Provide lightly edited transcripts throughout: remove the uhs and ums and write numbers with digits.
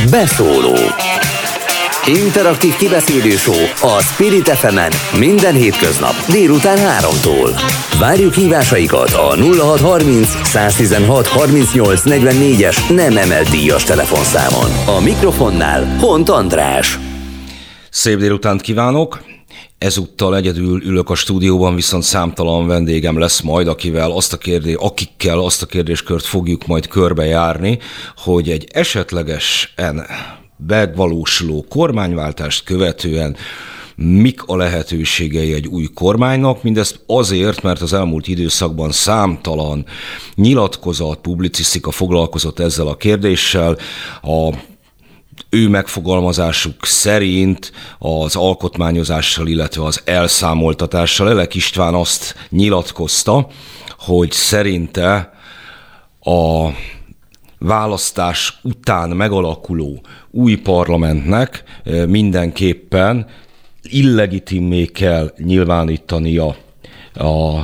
Beszóló. Interaktív kibeszélő show a Spirit FM-en minden hétköznap délután 3-tól. Várjuk hívásaikat a 0630 116 38 44-es nem emelt díjas telefonszámon. A mikrofonnál Hont András. Szép délutánt kívánok! Ezúttal egyedül ülök a stúdióban, viszont számtalan vendégem lesz majd, akikkel azt a kérdéskört fogjuk majd körbejárni, hogy egy esetlegesen megvalósuló kormányváltást követően mik a lehetőségei egy új kormánynak, mindezt azért, mert az elmúlt időszakban számtalan nyilatkozat, publicisztika foglalkozott ezzel a kérdéssel. A ő megfogalmazásuk szerint az alkotmányozással, illetve az elszámoltatással. Elek István azt nyilatkozta, hogy szerinte a választás után megalakuló új parlamentnek mindenképpen illegitimmé kell nyilvánítania a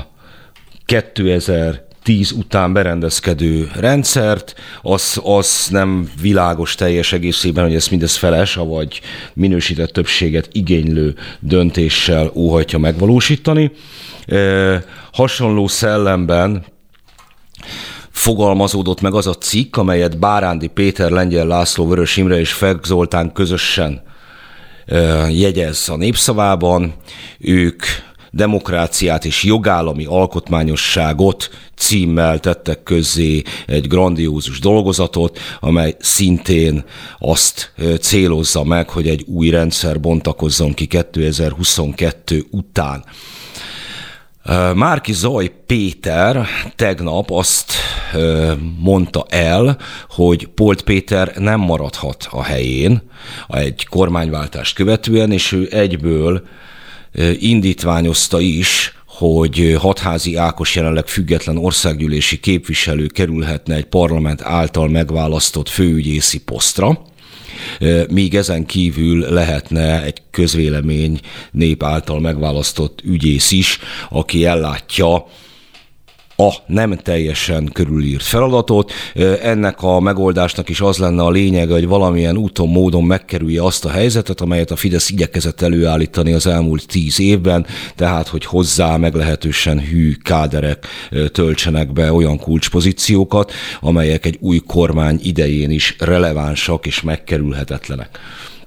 2010 után berendezkedő rendszert, az nem világos teljes egészében, hogy ez mindez feles, vagy minősített többséget igénylő döntéssel óhajtja megvalósítani. Hasonló szellemben fogalmazódott meg az a cikk, amelyet Bárándi Péter, Lengyel László, Vörös Imre és Felk Zoltán közösen jegyez a Népszavában. Ők demokráciát és jogállami alkotmányosságot címmel tettek közzé egy grandiózus dolgozatot, amely szintén azt célozza meg, hogy egy új rendszer bontakozzon ki 2022 után. Márki Zaj Péter tegnap azt mondta el, hogy Polt Péter nem maradhat a helyén egy kormányváltást követően, és ő egyből indítványozta is, hogy Hatházi Ákos jelenleg független országgyűlési képviselő kerülhetne egy parlament által megválasztott főügyészi posztra, míg ezen kívül lehetne egy közvélemény nép által megválasztott ügyész is, aki ellátja a nem teljesen körülírt feladatot. Ennek a megoldásnak is az lenne a lényege, hogy valamilyen úton, módon megkerülje azt a helyzetet, amelyet a Fidesz igyekezett előállítani az elmúlt 10 évben, tehát hogy hozzá meglehetősen hű káderek töltsenek be olyan kulcspozíciókat, amelyek egy új kormány idején is relevánsak és megkerülhetetlenek.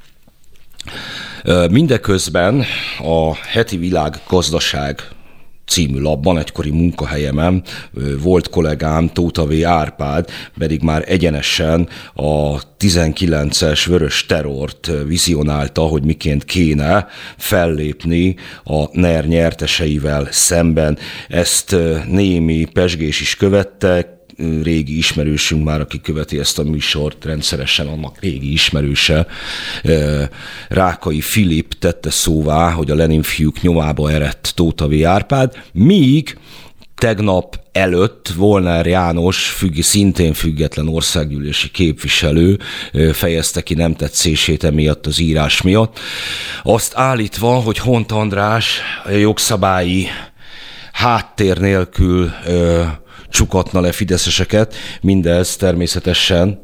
Mindeközben a Heti Világgazdaság című lapban, egykori munkahelyemen volt kollégám, Tóth V. Árpád, pedig már egyenesen a 19-es vörös terrort vizionálta, hogy miként kéne fellépni a NER nyerteseivel szemben. Ezt némi pezsgés is követte, régi ismerősünk már, aki követi ezt a műsort rendszeresen, annak régi ismerőse, Rákai Filip tette szóvá, hogy a Lenin fiúk nyomába eredt Tóth V. Árpád, míg tegnap előtt Volner János, szintén független országgyűlési képviselő fejezte ki nem tetszését emiatt az írás miatt. Azt állítva, hogy Hont András jogszabályi háttér nélkül csukatna le fideszeseket, mindez természetesen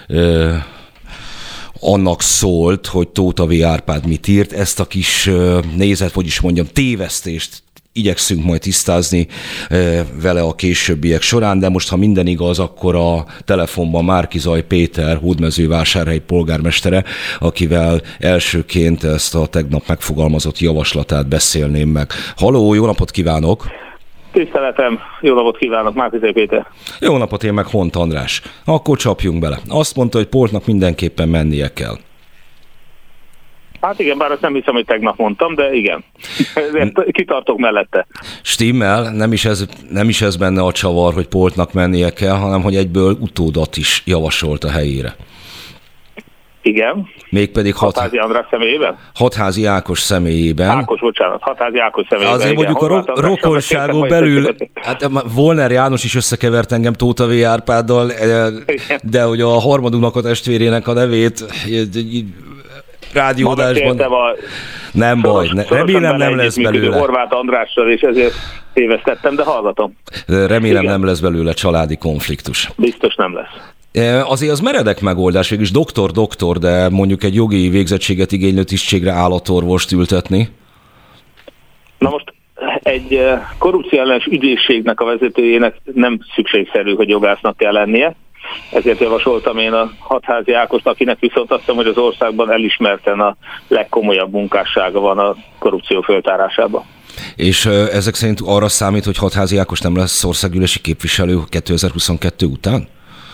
annak szólt, hogy Tóth V. Árpád mit írt. Ezt a kis tévesztést igyekszünk majd tisztázni vele a későbbiek során, de most, ha minden igaz, akkor a telefonban Márki Zaj Péter, Hódmezővásárhely polgármestere, akivel elsőként ezt a tegnap megfogalmazott javaslatát beszélném meg. Halló, jó napot kívánok! Tiszteletem, jó napot kívánok, Márki Zaj Péter. Jó napot, én meg Hont András. Akkor csapjunk bele. Azt mondta, hogy Poltnak mindenképpen mennie kell. Hát igen, bár azt nem hiszem, hogy tegnap mondtam, de igen. Kitartok mellette. Stimmel, nem is ez benne a csavar, hogy Poltnak mennie kell, hanem hogy egyből utódat is javasolt a helyére. Igen. Mégpedig Hatházi András személyében? Hatházi Ákos személyében. Hatházi Ákos személyében. Azért igen, mondjuk a rokonságon belül, hát Volner János is összekevert engem Tóth V. Árpáddal, de hogy a harmadunknak a testvérének a nevét rádióadásban... Nem baj, remélem nem lesz belőle. Horváth Andrással, és ezért tévesztettem, de hallgatom. Remélem nem lesz belőle családi konfliktus. Biztos nem lesz. Azért az meredek megoldás, végülis doktor, de mondjuk egy jogi végzettséget igénylő tisztségre állatorvost ültetni. Na most egy korrupcióellenes ügyészségnek a vezetőjének nem szükségszerű, hogy jogásznak kell lennie. Ezért javasoltam én a Hatházi Ákost, akinek viszont azt hiszem, hogy az országban elismerten a legkomolyabb munkássága van a korrupció föltárásában. És ezek szerint arra számít, hogy Hatházi Ákos nem lesz országgyűlési képviselő 2022 után?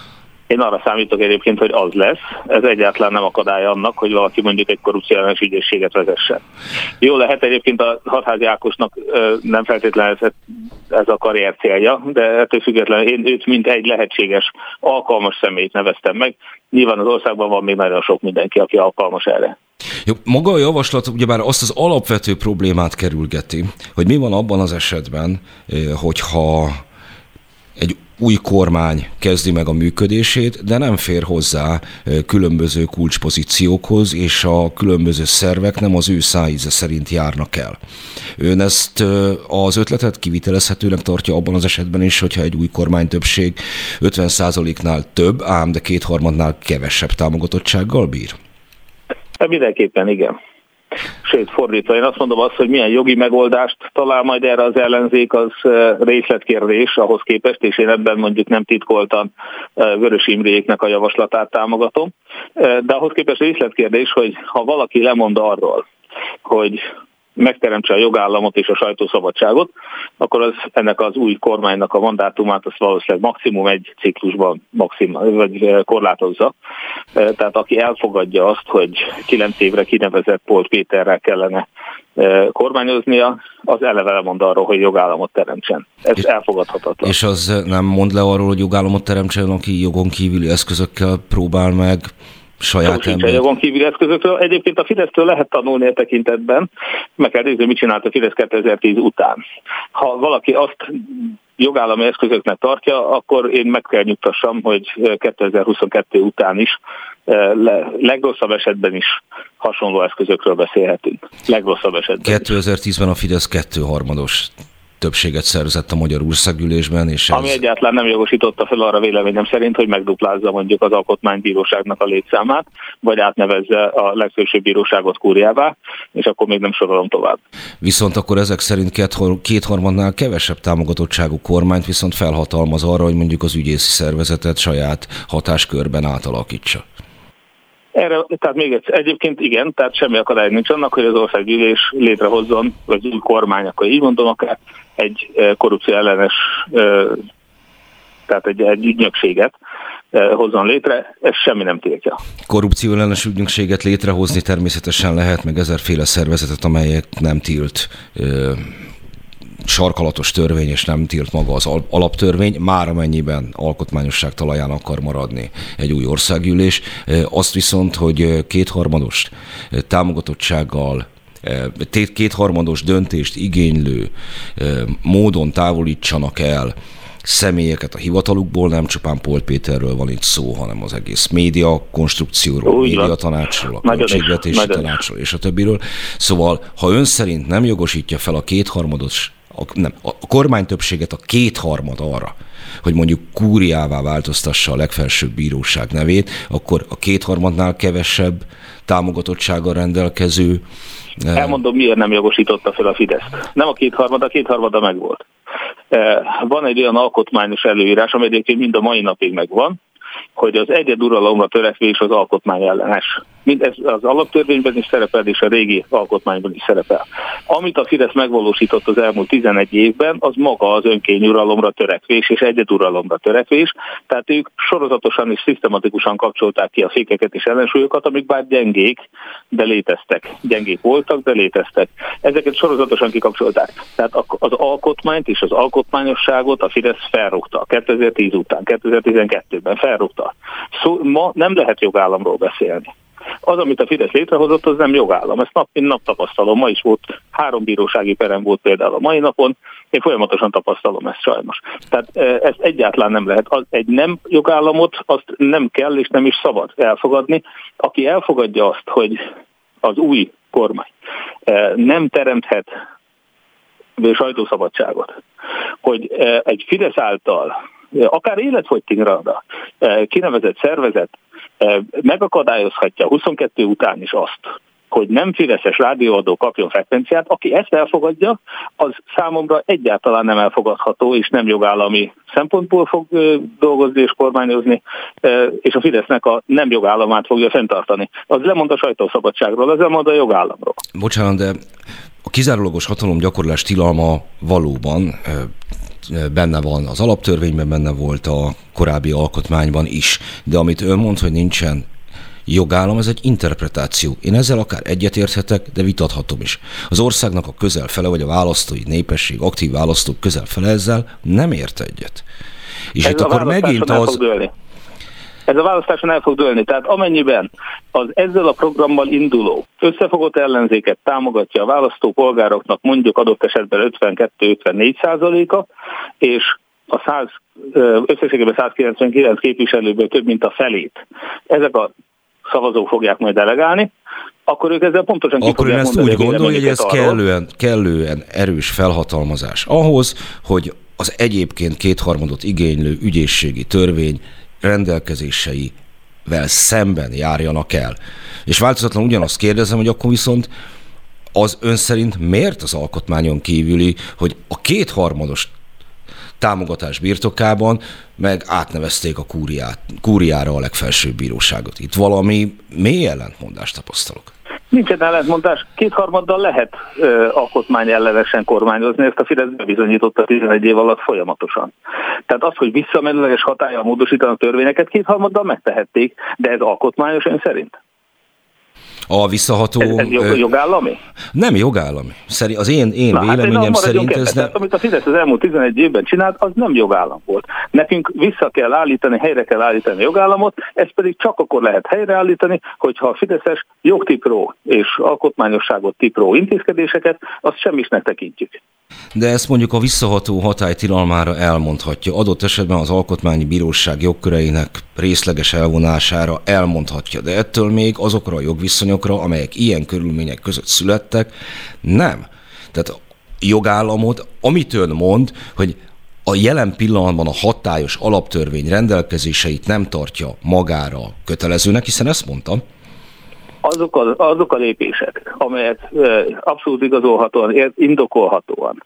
Én arra számítok egyébként, hogy az lesz. Ez egyáltalán nem akadálya annak, hogy valaki mondjuk egy korrupcióellenes ügyészséget vezessen. Jó lehet egyébként a Hatházi Ákosnak nem feltétlenül ez a karrier célja, de ettől függetlenül én őt mint egy lehetséges alkalmas személyt neveztem meg. Nyilván az országban van még nagyon sok mindenki, aki alkalmas erre. Jó, maga a javaslat ugyebár azt az alapvető problémát kerülgeti, hogy mi van abban az esetben, hogyha egy új kormány kezdi meg a működését, de nem fér hozzá különböző kulcspozíciókhoz, és a különböző szervek nem az ő szájíze szerint járnak el. Ön ezt az ötletet kivitelezhetőnek tartja abban az esetben is, hogyha egy új kormánytöbbség 50%-nál több, ám de kétharmadnál kevesebb támogatottsággal bír? Mindenképpen igen. Sőt, fordítva, én azt mondom hogy milyen jogi megoldást talál majd erre az ellenzék, az részletkérdés ahhoz képest, és én ebben mondjuk nem titkoltan Vörös Imréknek a javaslatát támogatom. De ahhoz képest részletkérdés, hogy ha valaki lemond arról, hogy megteremtse a jogállamot és a sajtószabadságot, akkor az ennek az új kormánynak a mandátumát azt valószínűleg maximum egy ciklusban vagy korlátozza. Tehát aki elfogadja azt, hogy 9 évre kinevezett Polt Péterrel kellene kormányoznia, az eleve lemond arról, hogy jogállamot teremtsen. Ez elfogadhatatlan. És az nem mond le arról, hogy jogállamot teremtsen, aki jogon kívüli eszközökkel próbál meg saját ember. Jogon kívüli eszközökről. Egyébként a Fidesztől lehet tanulni a tekintetben, meg kell nézni, mit csinált a Fidesz 2010 után. Ha valaki azt jogállami eszközöknek tartja, akkor én meg kell nyugtassam, hogy 2022 után is legrosszabb esetben is hasonló eszközökről beszélhetünk. Legrosszabb esetben 2010-ben a Fidesz 2/3 többséget szerzett a Magyar Országgyűlésben, és ami egyáltalán nem jogosította fel arra véleményem szerint, hogy megduplázza mondjuk az Alkotmánybíróságnak a létszámát, vagy átnevezze a legfelsőbb bíróságot kúriává, és akkor még nem sorolom tovább. Viszont akkor ezek szerint kétharmadnál kevesebb támogatottságú kormányt viszont felhatalmaz arra, hogy mondjuk az ügyészi szervezetet saját hatáskörben átalakítsa. Erre, tehát még egyszer, egyébként igen, tehát semmi akadály nincs annak, hogy az országgyűlés létrehozzon, vagy új kormány, akkor így mondom, akár egy korrupció ellenes, tehát egy ügynökséget hozzon létre, ez semmi nem tiltja. Korrupció ellenes ügynökséget létrehozni természetesen lehet, meg ezerféle szervezetet, amelyek nem tilt sarkalatos törvény, és nem tilt maga az alaptörvény, már amennyiben alkotmányosság talaján akar maradni egy új országgyűlés. Azt viszont, hogy kétharmados támogatottsággal, kétharmados döntést igénylő módon távolítsanak el személyeket a hivatalukból, nem csupán Polt Péterről van itt szó, hanem az egész média konstrukcióról, médiatanácsról, a költségvetési tanácsról és a többiről. Szóval, ha ön szerint nem jogosítja fel a kétharmados a kormánytöbbséget a kétharmad arra, hogy mondjuk kúriává változtassa a legfelsőbb bíróság nevét, akkor a kétharmadnál kevesebb támogatottsággal rendelkező... Elmondom, miért nem jogosította fel a Fideszt. Nem a kétharmada megvolt. Van egy olyan alkotmányos előírás, amely egyébként mind a mai napig megvan, hogy az egyeduralomra törekvés az alkotmány ellenes. Ez az alaptörvényben is szerepel, és a régi alkotmányban is szerepel. Amit a Fidesz megvalósított az elmúlt 11 évben, az maga az önkényuralomra törekvés és egyeduralomra törekvés, tehát ők sorozatosan és szisztematikusan kapcsolták ki a fékeket és ellensúlyokat, amik bár gyengék, de léteztek. Gyengék voltak, de léteztek. Ezeket sorozatosan kikapcsolták. Tehát az alkotmányt és az alkotmányosságot a Fidesz felrúgta 2010 után, 2012-ben felrúgta. Ma nem lehet jogállamról beszélni. Az, amit a Fidesz létrehozott, az nem jogállam. Ezt nap mint nap tapasztalom. Ma is volt 3 bírósági perem volt például a mai napon. Én folyamatosan tapasztalom ezt sajnos. Tehát ezt egyáltalán nem lehet. Egy nem jogállamot azt nem kell és nem is szabad elfogadni. Aki elfogadja azt, hogy az új kormány nem teremthet sajtószabadságot, hogy egy Fidesz által akár életfogytigra kinevezett szervezet megakadályozhatja 22 után is azt, hogy nem fideszes rádióadó kapjon frekvenciát, aki ezt elfogadja, az számomra egyáltalán nem elfogadható, és nem jogállami szempontból fog dolgozni és kormányozni, és a Fidesznek a nem jogállamát fogja fenntartani. Az lemond a sajtószabadságról, az lemond a jogállamról. Bocsánat, de a kizárólagos hatalomgyakorlás tilalma valóban benne van az alaptörvényben, benne volt a korábbi alkotmányban is, de amit ön mond, hogy nincsen jogállam, ez egy interpretáció. Én ezzel akár egyetérthetek, de vitathatom is. Az országnak a közel fele, vagy a választói népesség, aktív választók közel fele ezzel nem ért egyet. És ez itt akkor megint az... Ez a választáson el fog dőlni. Tehát amennyiben az ezzel a programmal induló összefogott ellenzéket támogatja a választópolgároknak mondjuk adott esetben 52-54%-a, és a összességében 199 képviselőből több mint a felét ezek a szavazók fogják majd delegálni, akkor ők ezzel pontosan ki fogják mondani. Akkor ön ezt úgy gondolja, hogy ez kellően erős felhatalmazás ahhoz, hogy az egyébként kétharmadot igénylő ügyészségi törvény rendelkezéseivel szemben járjanak el. És változatlanul ugyanazt kérdezem, hogy akkor viszont az ön szerint miért az alkotmányon kívüli, hogy a kétharmados támogatás birtokában meg átnevezték a kúriára a legfelsőbb bíróságot. Itt valami mély ellentmondást tapasztalok. Nincsen ellentmondás. Kétharmaddal lehet alkotmány ellenesen kormányozni, ezt a Fidesz bebizonyította 11 év alatt folyamatosan. Tehát az, hogy visszamenőleges hatállyal módosítanak törvényeket, kétharmaddal megtehették, de ez alkotmányos ön szerint? A visszaható... Ez jogállami? Nem jogállami. Az én véleményem szerint ez nem... Amit a Fidesz az elmúlt 11 évben csinált, az nem jogállam volt. Nekünk vissza kell állítani, helyre kell állítani a jogállamot, ez pedig csak akkor lehet helyreállítani, hogyha a fideszes jogtipró és alkotmányosságot tipró intézkedéseket, azt semmisnek tekintjük. De ezt mondjuk a visszaható hatály tilalmára elmondhatja. Adott esetben az Alkotmányi Bíróság jogköreinek részleges elvonására elmondhatja. De ettől még azokra a jogviszonyokra, amelyek ilyen körülmények között születtek, nem. Tehát jogállamot, amit ön mond, hogy a jelen pillanatban a hatályos alaptörvény rendelkezéseit nem tartja magára kötelezőnek, hiszen ezt mondtam. Azok a lépések, amelyek abszolút igazolhatóan, indokolhatóan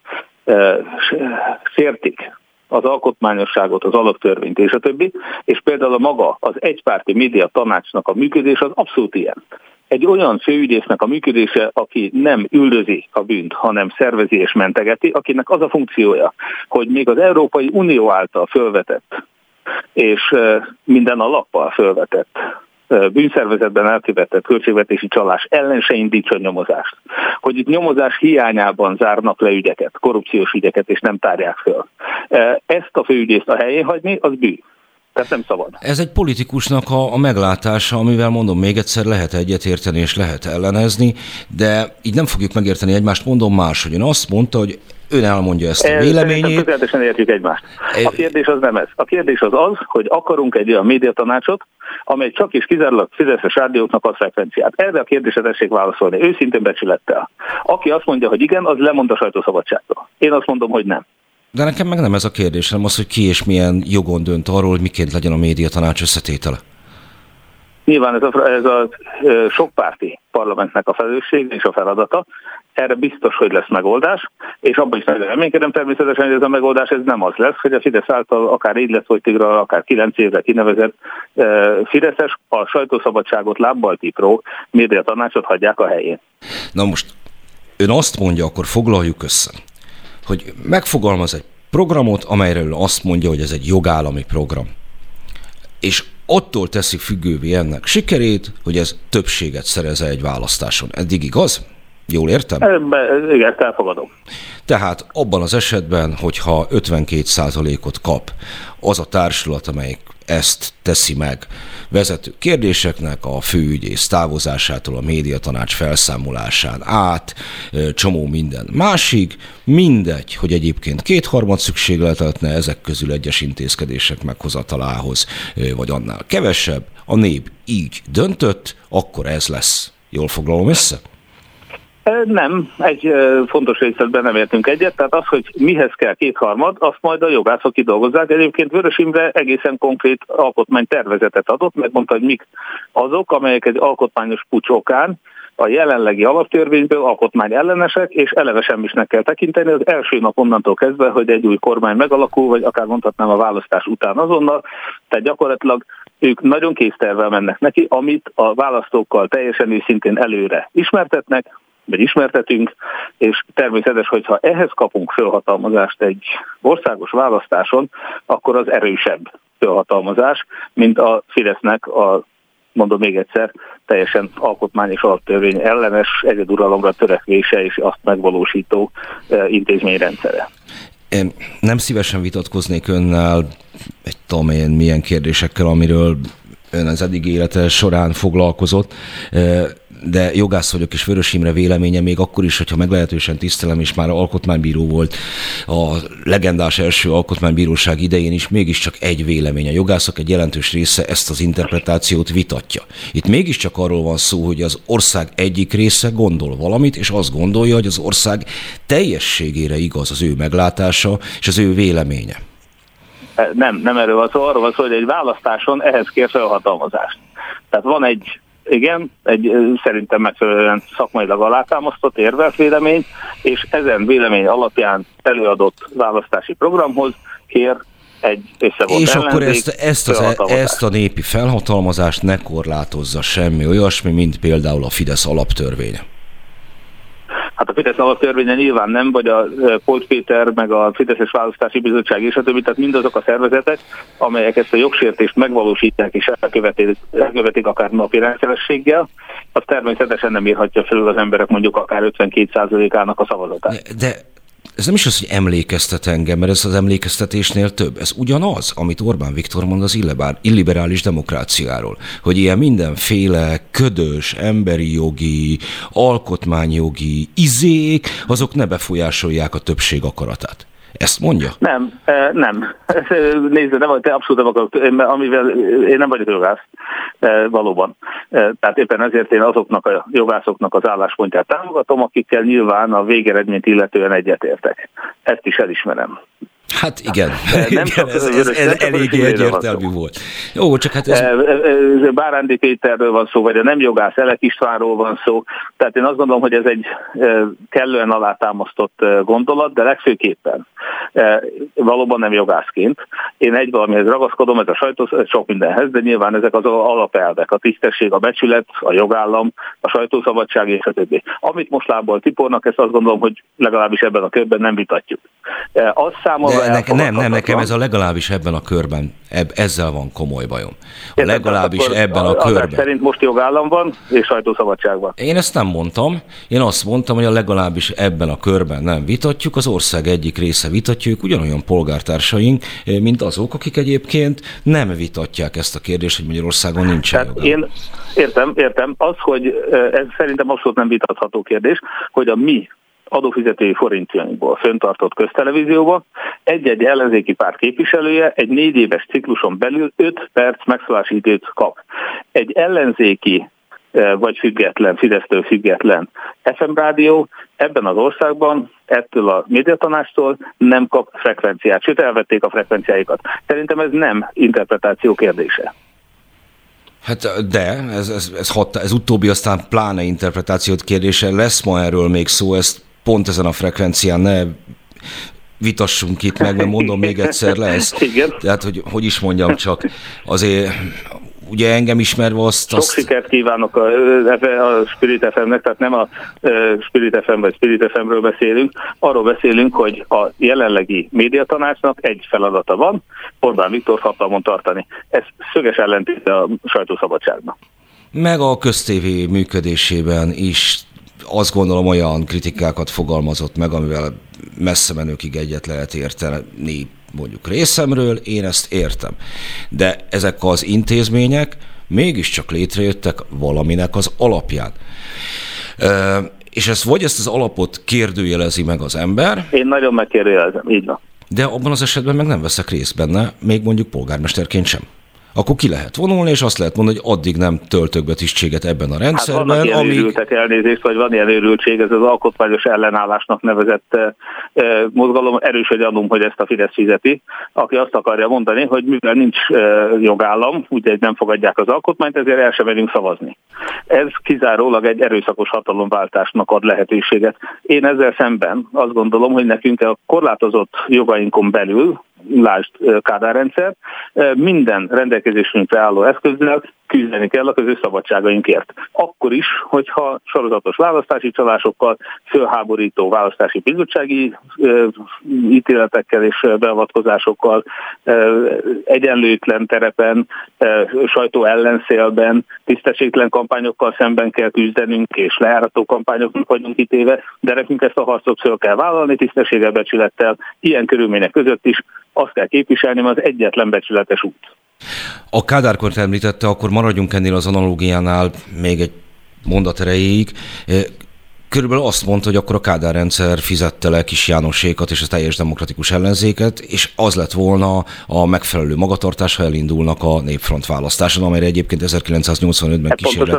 sértik az alkotmányosságot, az alaptörvényt és a többi, és például maga az egypárti média tanácsnak a működés az abszolút ilyen. Egy olyan főügyésznek a működése, aki nem üldözi a bűnt, hanem szervezi és mentegeti, akinek az a funkciója, hogy még az Európai Unió által fölvetett, és minden alappal fölvetett, bűnszervezetben elkövetett költségvetési csalás ellen se indítson nyomozást. Hogy itt nyomozás hiányában zárnak le ügyeket, korrupciós ügyeket, és nem tárják föl. Ezt a főügyészt a helyén hagyni, az bűn. Tehát nem szabad. Ez egy politikusnak a meglátása, amivel mondom még egyszer, lehet egyetérteni és lehet ellenezni, de így nem fogjuk megérteni egymást, mondom más, hogy ön azt mondta, hogy ön elmondja ezt a véleményét. Tökéletesen értjük egymást. A kérdés az nem ez. A kérdés az, hogy akarunk egy olyan médiatanácsot, amely csak és kizárólag fideszes rádióknak ad frekvenciát. Erre a kérdésre tessék válaszolni, őszintén becsülettel. Aki azt mondja, hogy igen, az lemond a sajtószabadságról. Én azt mondom, hogy nem. De nekem meg nem ez a kérdés, hanem az, hogy ki és milyen jogon dönt arról, hogy miként legyen a médiatanács összetétele. Nyilván ez a sokpárti parlamentnek a felelőssége és a feladata. Erre biztos, hogy lesz megoldás, és abban is reménykedem természetesen, hogy ez a megoldás ez nem az lesz, hogy a Fidesz által akár életfogytigra, akár 9 évre kinevezett fideszes a sajtószabadságot lábbal tipró médiatanácsot hagyják a helyén. Na most ön azt mondja, akkor foglaljuk össze, hogy megfogalmaz egy programot, amelyről azt mondja, hogy ez egy jogállami program. És attól teszi függővé ennek sikerét, hogy ez többséget szerez egy választáson. Eddig igaz? Jól értem? Igen, elfogadom. Tehát abban az esetben, hogyha 52%-ot kap az a társulat, amelyik ezt teszi meg vezető kérdéseknek, a főügyész távozásától a médiatanács felszámolásán át, csomó minden másik, mindegy, hogy egyébként kétharmad szükségletetne ezek közül egyes intézkedések meghozatalához, vagy annál kevesebb, a nép így döntött, akkor ez lesz. Jól foglalom össze? Nem, egy fontos részletben nem értünk egyet, tehát az, hogy mihez kell 2/3, azt majd a jogászok kidolgozzák. Egyébként Vörös Imre egészen konkrét alkotmánytervezetet adott, megmondta, hogy mik azok, amelyek egy alkotmányos puccs okán a jelenlegi alaptörvényből alkotmány ellenesek, és eleve semmisnek kell tekinteni az első nap onnantól kezdve, hogy egy új kormány megalakul, vagy akár mondhatnám a választás után azonnal. Tehát gyakorlatilag ők nagyon késztervvel mennek neki, amit a választókkal teljesen őszintén előre ismertetnek, vagy ismertetünk, és természetes, hogyha ehhez kapunk fölhatalmazást egy országos választáson, akkor az erősebb fölhatalmazás, mint a Fidesznek mondom még egyszer, teljesen alkotmány és alaptörvény ellenes egyeduralomra törekvése és azt megvalósító intézményrendszere. Én nem szívesen vitatkoznék önnel milyen kérdésekkel, amiről ön az eddig élete során foglalkozott, de jogász vagyok, és Vörös Imre véleménye még akkor is, hogyha meglehetősen tisztelem, és már alkotmánybíró volt a legendás első alkotmánybíróság idején is, mégiscsak egy vélemény. A jogászok egy jelentős része ezt az interpretációt vitatja. Itt mégiscsak arról van szó, hogy az ország egyik része gondol valamit, és azt gondolja, hogy az ország teljességére igaz az ő meglátása és az ő véleménye. Nem erről van szó, arról van szó, hogy egy választáson ehhez kér felhatalmazást. Tehát van egy szerintem megfelelően szakmailag alátámasztott érvelt vélemény, és ezen vélemény alapján előadott választási programhoz kér egy összevont és ellenzék. És akkor ezt a népi felhatalmazást ne korlátozza semmi olyasmi, mint például a Fidesz alaptörvénye. Hát a Fidesz alaptörvénye nyilván nem, vagy a Polt Péter, meg a Fideszes Választási Bizottság és a többi, tehát mindazok a szervezetek, amelyek ezt a jogsértést megvalósítják és elkövetik akár napi rendszerességgel, az természetesen nem írhatja felül az emberek mondjuk akár 52%-ának a szavazatát. De ez nem is az, hogy emlékeztet engem, mert ez az emlékeztetésnél több. Ez ugyanaz, amit Orbán Viktor mond az illiberális demokráciáról, hogy ilyen mindenféle ködös, emberi jogi, alkotmányjogi izék, azok ne befolyásolják a többség akaratát. Ezt mondja? Nem. Nézd, te abszolút nem akarok, amivel én nem vagyok jogász, valóban. Tehát éppen ezért én azoknak a jogászoknak az álláspontját támogatom, akikkel nyilván a végeredményt illetően egyetértek. Ezt is elismerem. Hát igen, ez eléggé egyértelmű volt. Jó, csak hát ez... Bárándi Péterről van szó, vagy a nem jogász Elek Istvánról van szó. Tehát én azt gondolom, hogy ez egy kellően alátámasztott gondolat, de legfőképpen valóban nem jogászként. Én egy valamihez ragaszkodom, ez a sajtó, sok mindenhez, de nyilván ezek az alapelvek, a tisztesség, a becsület, a jogállam, a sajtószabadság és a többi. Amit most lábból tipornak, ezt azt gondolom, hogy legalábbis ebben a körben nem vitatjuk. Az számomra nekem ez a legalábbis ebben a körben, ezzel van komoly bajom. Legalábbis ebben a körben. Szerint most jogállam van, és sajtószabadság van. Én ezt nem mondtam. Én azt mondtam, hogy a legalábbis ebben a körben nem vitatjuk, az ország egyik része vitatjuk, ugyanolyan polgártársaink, mint azok, akik egyébként nem vitatják ezt a kérdést, hogy Magyarországon nincsen jogállam. Én értem. Az, hogy ez szerintem abszolút nem vitatható kérdés, hogy a mi adófizetői forintjainkból föntartott köztelevízióba egy-egy ellenzéki párt képviselője egy 4 éves cikluson belül 5 perc megszólalási időt kap. Egy ellenzéki vagy független, Fidesztől független FM rádió ebben az országban ettől a médiatanácstól nem kap frekvenciát, sőt elvették a frekvenciáikat. Szerintem ez nem interpretáció kérdése. Hát de, ez utóbbi aztán pláne interpretációt kérdése, lesz ma erről még szó, ezt pont ezen a frekvencián ne vitassunk itt meg, mert mondom még egyszer lesz. Igen. Tehát, hogy is mondjam csak, azért ugye engem ismerve Sok sikert kívánok a Spirit FM-nek, tehát nem a Spirit FM vagy Spirit FM-ről beszélünk, arról beszélünk, hogy a jelenlegi médiatanácsnak egy feladata van, Orbán Viktor hatalmon tartani. Ez szöges ellentéte a sajtószabadságnak. Meg a köztévé működésében is azt gondolom olyan kritikákat fogalmazott meg, amivel messze menőkig egyet lehet érteni mondjuk részemről, én ezt értem. De ezek az intézmények mégiscsak létrejöttek valaminek az alapján. És ezt az alapot kérdőjelezi meg az ember. Én nagyon megkérdőjelezem, így van. De abban az esetben meg nem veszek részt benne, még mondjuk polgármesterként sem. akkor ki lehet vonulni, és azt lehet mondani, hogy addig nem töltök be tisztséget ebben a rendszerben. Hát vannak ilyen őrültek, elnézést, vagy van ilyen őrültség, ez az alkotmányos ellenállásnak nevezett mozgalom, erős a gyanúm, hogy ezt a Fidesz fizeti, aki azt akarja mondani, hogy mivel nincs jogállam, úgyhogy nem fogadják az alkotmányt, ezért el sem megyünk szavazni. Ez kizárólag egy erőszakos hatalomváltásnak ad lehetőséget. Én ezzel szemben azt gondolom, hogy nekünk a korlátozott jogainkon belül, lásd Kádár rendszer, minden rendelkezésünkre álló eszközzel küzdeni kell a közös szabadságainkért. Akkor is, hogyha sorozatos választási csalásokkal, fölháborító választási bizottsági ítéletekkel és beavatkozásokkal, egyenlőtlen terepen, sajtó ellenszélben, tisztességtelen kampányokkal szemben kell küzdenünk, és lejárató kampányoknak vagyunk kitéve, de nekünk ezt a harcot föl kell vállalni, tisztességgel, becsülettel, ilyen körülmények között is azt kell képviselni, mert az egyetlen becsületes út. A Kádár-kort említette, akkor maradjunk ennél az analógiánál még egy mondat erejéig. Körülbelül azt mondta, hogy akkor a Kádár rendszer fizette le Kis Jánosékat és a teljes demokratikus ellenzéket, és az lett volna a megfelelő magatartás, ha elindulnak a Népfront választáson, amelyre egyébként 1985-ben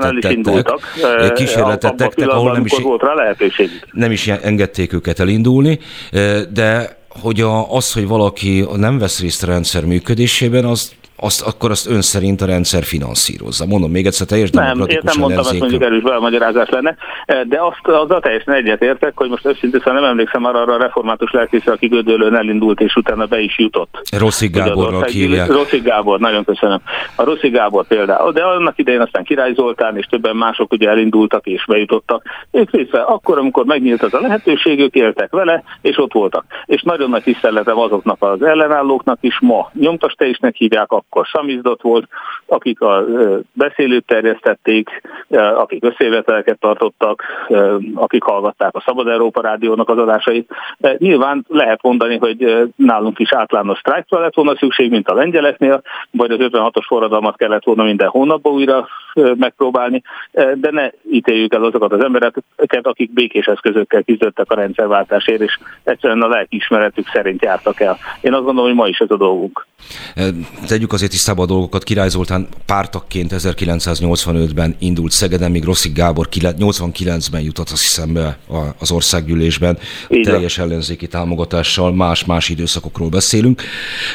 kísérletet tettek, ahol nem is engedték őket elindulni, de hogy hogy valaki nem vesz részt a rendszer működésében, akkor azt ön szerint a rendszer finanszírozza. Mondom még egyszer, teljes demokratikus nem mondtam, ezt mondjuk erős belmagyarázás lenne, de azzal teljesen egyetértek, hogy most őszintén nem emlékszem arra a református lelkészre, aki Gödöllőn elindult, és utána be is jutott. Rosszik Gábornak hívják. Rosszik Gábor, nagyon köszönöm. A Rosszik Gábor például, de annak idején aztán Király Zoltán és többen mások ugye elindultak és bejutottak. Ők részve akkor, amikor megnyílt az a lehetőség, ők éltek vele, és ott voltak. És nagyon nagy tiszteletem azoknak az ellenállóknak is ma nyomtasteisnek hívják, akkor szamizdott volt, akik a beszélőt terjesztették, akik összejöveteleket tartottak, akik hallgatták a Szabad Európa Rádiónak az adásait. Nyilván lehet mondani, hogy nálunk is általános sztrájkra lett volna szükség, mint a lengyeleknél, vagy az 56-os forradalmat kellett volna minden hónapban újra megpróbálni, de ne ítéljük el azokat az embereket, akik békés eszközökkel küzdöttek a rendszerváltásért, és egyszerűen a lelkiismeretük szerint jártak el. Én azt gondolom, hogy ma is ez a dolgunk. Tegyük azért tisztába a dolgokat. Király Zoltán pártagként 1985-ben indult Szegeden, míg Rosszik Gábor 89-ben jutott, azt hiszem, be az országgyűlésben teljes ellenzéki támogatással, más időszakokról beszélünk.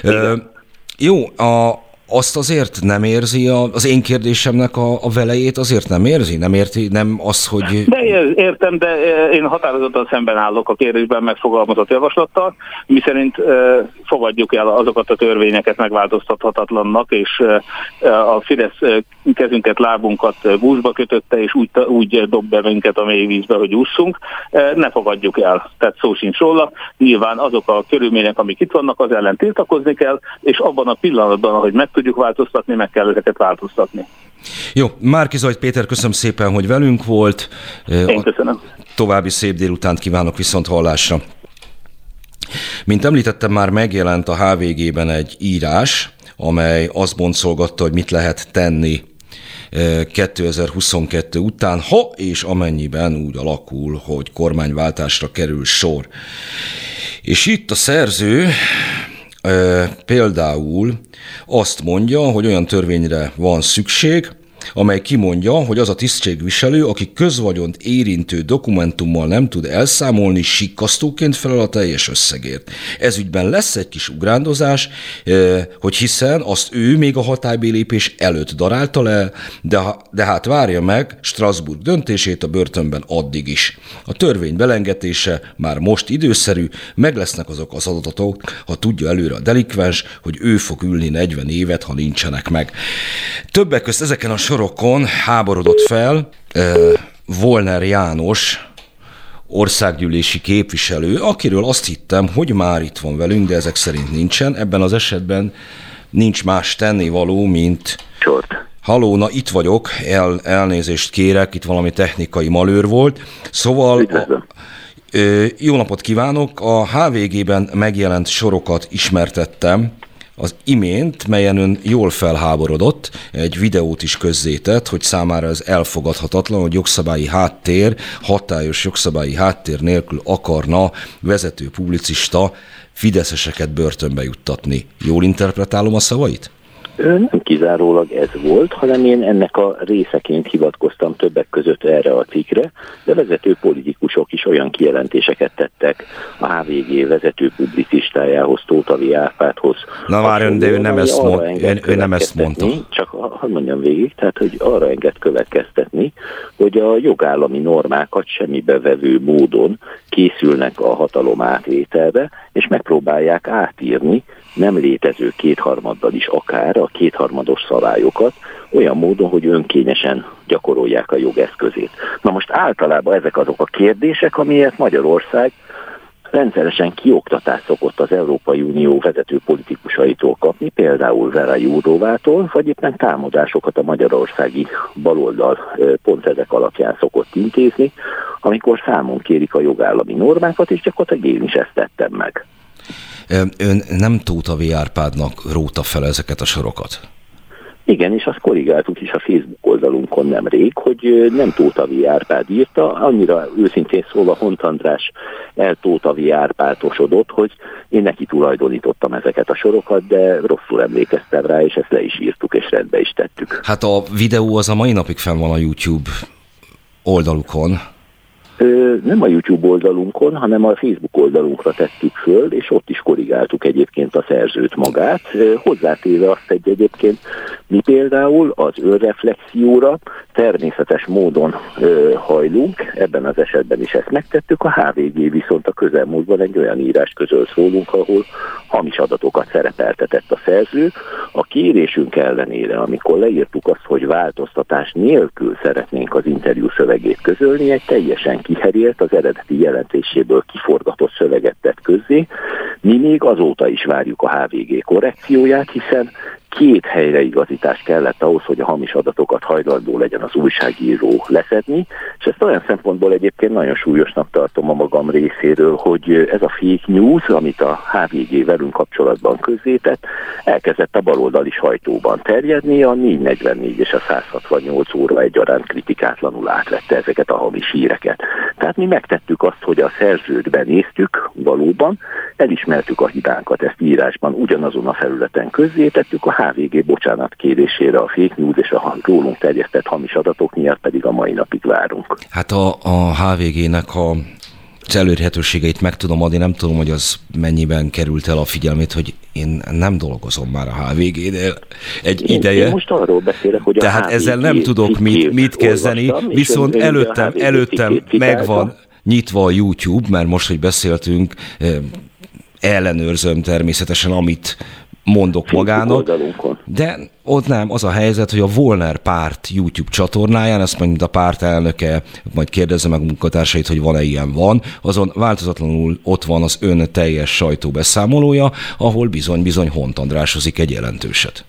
Jó, azt azért nem érzi, az én kérdésemnek a velejét azért nem érzi? Nem érti, nem az, hogy... De értem, de én határozottan szemben állok a kérdésben megfogalmazott javaslattal, miszerint fogadjuk el azokat a törvényeket megváltoztathatatlannak, és a Fidesz kezünket, lábunkat búzsba kötötte, és úgy dob be minket a mély vízbe, hogy ússzunk, ne fogadjuk el. Tehát szó sincs róla. Nyilván azok a körülmények, amik itt vannak, az ellen tiltakozni kell, és abban a pillanatban, ahogy meg tudjuk változtatni, meg kell ezeket változtatni. Jó, Márki Zajt Péter, köszönöm szépen, hogy velünk volt. Én köszönöm. További szép délutánt kívánok, viszont hallásra. Mint említettem, már megjelent a HVG-ben egy írás, amely azt boncolgatta, hogy mit lehet tenni 2022 után, ha és amennyiben úgy alakul, hogy kormányváltásra kerül sor. És itt a szerző például azt mondja, hogy olyan törvényre van szükség, amely kimondja, hogy az a tisztségviselő, aki közvagyont érintő dokumentummal nem tud elszámolni, sikkasztóként felel a teljes összegért. Ezügyben lesz egy kis ugrándozás, hogy hiszen azt ő még a hatálybélépés előtt darálta le, de hát várja meg Strasbourg döntését a börtönben addig is. A törvény belengetése már most időszerű, meg lesznek azok az adatok, ha tudja előre a delikvens, hogy ő fog ülni 40 évet, ha nincsenek meg. Többek közt ezeken a sorokon háborodott fel Volner János országgyűlési képviselő, akiről azt hittem, hogy már itt van velünk, de ezek szerint nincsen. Ebben az esetben nincs más tennivaló, mint... Halló, na itt vagyok, elnézést kérek, itt valami technikai malőr volt. Szóval... Jó napot kívánok! A HVG-ben megjelent sorokat ismertettem az imént, melyen ön jól felháborodott, egy videót is közzétett, hogy számára ez elfogadhatatlan, hogy hatályos jogszabályi háttér nélkül akarna vezető publicista fideszeseket börtönbe juttatni. Jól interpretálom a szavait? Nem kizárólag ez volt, hanem én ennek a részeként hivatkoztam többek között erre a cikkre, de vezető politikusok is olyan kijelentéseket tettek a HVG vezető publicistájához, Tóthavi Árpádhoz. Na várjon, de ő nem ezt mondta. Csak hadd mondjam végig, tehát hogy arra enged következtetni, hogy a jogállami normákat semmibe vevő módon készülnek a hatalom átvételbe, és megpróbálják átírni nem létező kétharmaddal is akár a kétharmados szabályokat, olyan módon, hogy önkényesen gyakorolják a jogeszközét. Na most általában ezek azok a kérdések, amiért Magyarország rendszeresen kioktatást szokott az Európai Unió vezető politikusaitól kapni, például Vera Jourovától, vagy éppen támadásokat a magyarországi baloldal pont ezek alapján szokott intézni, amikor számon kérik a jogállami normákat, és gyakorlatilag én is ezt tettem meg. Ön nem Tóthavi Árpádnak róta fel ezeket a sorokat? Igen, és azt korrigáltuk is a Facebook oldalunkon nemrég, hogy nem Tóthavi Árpád írta, annyira őszintén szólva Hont András Tóthavi Árpádosodott, hogy én neki tulajdonítottam ezeket a sorokat, de rosszul emlékeztem rá, és ezt le is írtuk, és rendbe is tettük. Hát a videó az a mai napig fenn van a YouTube oldalukon. Nem a YouTube oldalunkon, hanem a Facebook oldalunkra tettük föl, és ott is korrigáltuk egyébként a szerzőt magát, hozzátéve azt egyébként mi például az önreflexióra természetes módon hajlunk, ebben az esetben is ezt megtettük, a HVG viszont a közelmúltban egy olyan írás közölt rólunk, ahol hamis adatokat szerepeltetett a szerző. A kérésünk ellenére, amikor leírtuk azt, hogy változtatás nélkül szeretnénk az interjú szövegét közölni, egy teljesen kiherélt, az eredeti jelentéséből kiforgatott szöveget tett közzé. Mi még azóta is várjuk a HVG korrekcióját, hiszen 2 helyreigazítás kellett ahhoz, hogy a hamis adatokat hajlandó legyen az újságíró leszedni, és ezt olyan szempontból egyébként nagyon súlyosnak tartom a magam részéről, hogy ez a fake news, amit a HVG velünk kapcsolatban közzétett, elkezdett a baloldali sajtóban terjedni, a 444 és a 168 óra egyaránt kritikátlanul átvette ezeket a hamis híreket. Tehát mi megtettük azt, hogy a szerzőt benéztük valóban, elismertük a hibánkat, ezt írásban ugyanazon a felületen közzétettük, a HVG bocsánat kérésére a fake news és a rólunk terjesztett hamis adatok miatt pedig a mai napig várunk. Hát a HVG-nek az elérhetőségeit meg tudom adni, nem tudom, hogy az mennyiben került el a figyelmét, hogy én nem dolgozom már a HVG-nél egy ideje. Én most arról beszélek, hogy tehát HVG ezzel nem tudok mit kezdeni, viszont előttem megvan nyitva a YouTube, mert most, hogy beszéltünk, ellenőrzöm természetesen, amit mondok magának, de ott nem, az a helyzet, hogy a Volner párt YouTube csatornáján, ezt majd a párt elnöke, majd kérdezze meg a munkatársait, hogy van-e ilyen van, azon változatlanul ott van az ön teljes sajtóbeszámolója, ahol bizony Hont Andrásozik egy jelentőset.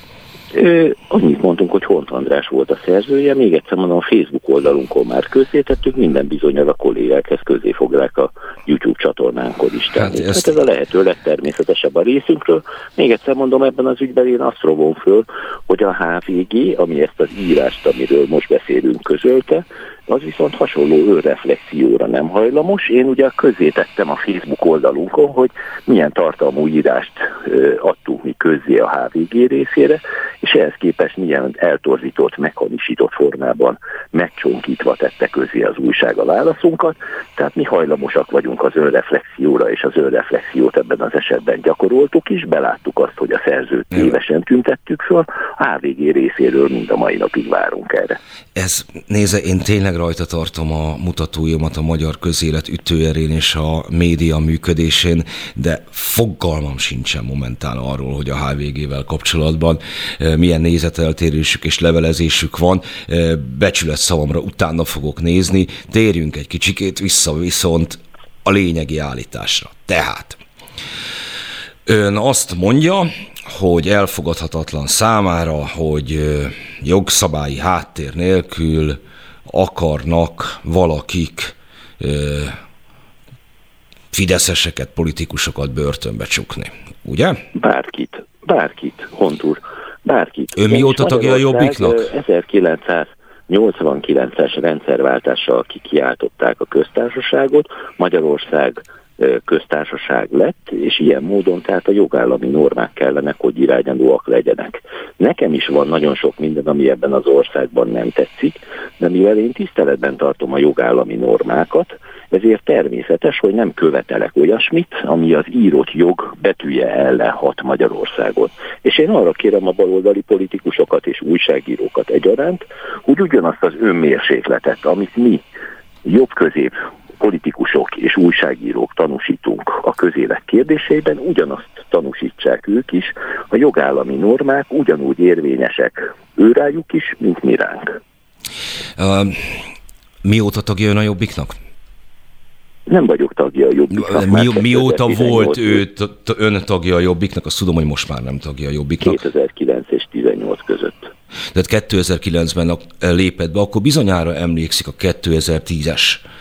Annyit mondtunk, hogy Hont András volt a szerzője, még egyszer mondom, a Facebook oldalunkon már közzétettük, minden bizonnyal a kollégák ezt közzé fogják a YouTube csatornánkon is tenni. Hát ez a lehető legtermészetesebb a részünkről. Még egyszer mondom, ebben az ügyben én azt rovom föl, hogy a HVG, ami ezt az írást, amiről most beszélünk, közölte, az viszont hasonló önreflexióra nem hajlamos. Én ugye közzétettem a Facebook oldalunkon, hogy milyen tartalmú írást adtunk mi közzé a HVG részére, és ehhez képest milyen eltorzított, meghamisított formában megcsonkítva tette közzé az újság a válaszunkat. Tehát mi hajlamosak vagyunk az önreflexióra, és az önreflexiót ebben az esetben gyakoroltuk is, beláttuk azt, hogy a szerzőt tévesen tüntettük föl, a HVG részéről mind a mai napig várunk erre. Nézze, én tényleg rajta tartom a mutatóimat a magyar közélet ütőerén és a média működésén, de fogalmam sincsen momentán arról, hogy a HVG-vel kapcsolatban milyen nézeteltérésük és levelezésük van. Becsület szavamra utána fogok nézni. Térjünk egy kicsikét vissza viszont a lényegi állításra. Tehát ön azt mondja, hogy elfogadhatatlan számára, hogy jogszabályi háttér nélkül akarnak valakik fideszeseket, politikusokat börtönbe csukni. Ugye? Bárkit, Hont úr, bárkit. Ő mióta tagja a Jobbiknak? 1989-es rendszerváltással kikiáltották a köztársaságot, Magyarország köztársaság lett, és ilyen módon tehát a jogállami normák kellene, hogy irányadóak legyenek. Nekem is van nagyon sok minden, ami ebben az országban nem tetszik, de mivel én tiszteletben tartom a jogállami normákat, ezért természetes, hogy nem követelek olyasmit, ami az írott jog betűje ellen hat Magyarországon. És én arra kérem a baloldali politikusokat és újságírókat egyaránt, hogy ugyanazt az önmérsékletet, amit mi jobb-közép politikusok és újságírók tanúsítunk a közélet kérdésében, ugyanazt tanúsítsák ők is, a jogállami normák ugyanúgy érvényesek őrájuk is, mint mi ránk. Mióta tagja ön a Jobbiknak? Nem vagyok tagja a Jobbiknak. Mióta volt ön tagja a Jobbiknak? Azt tudom, hogy most már nem tagja a Jobbiknak. 2009 és 2018 között. Tehát 2009-ben lépett be, akkor bizonyára emlékszik a 2010-es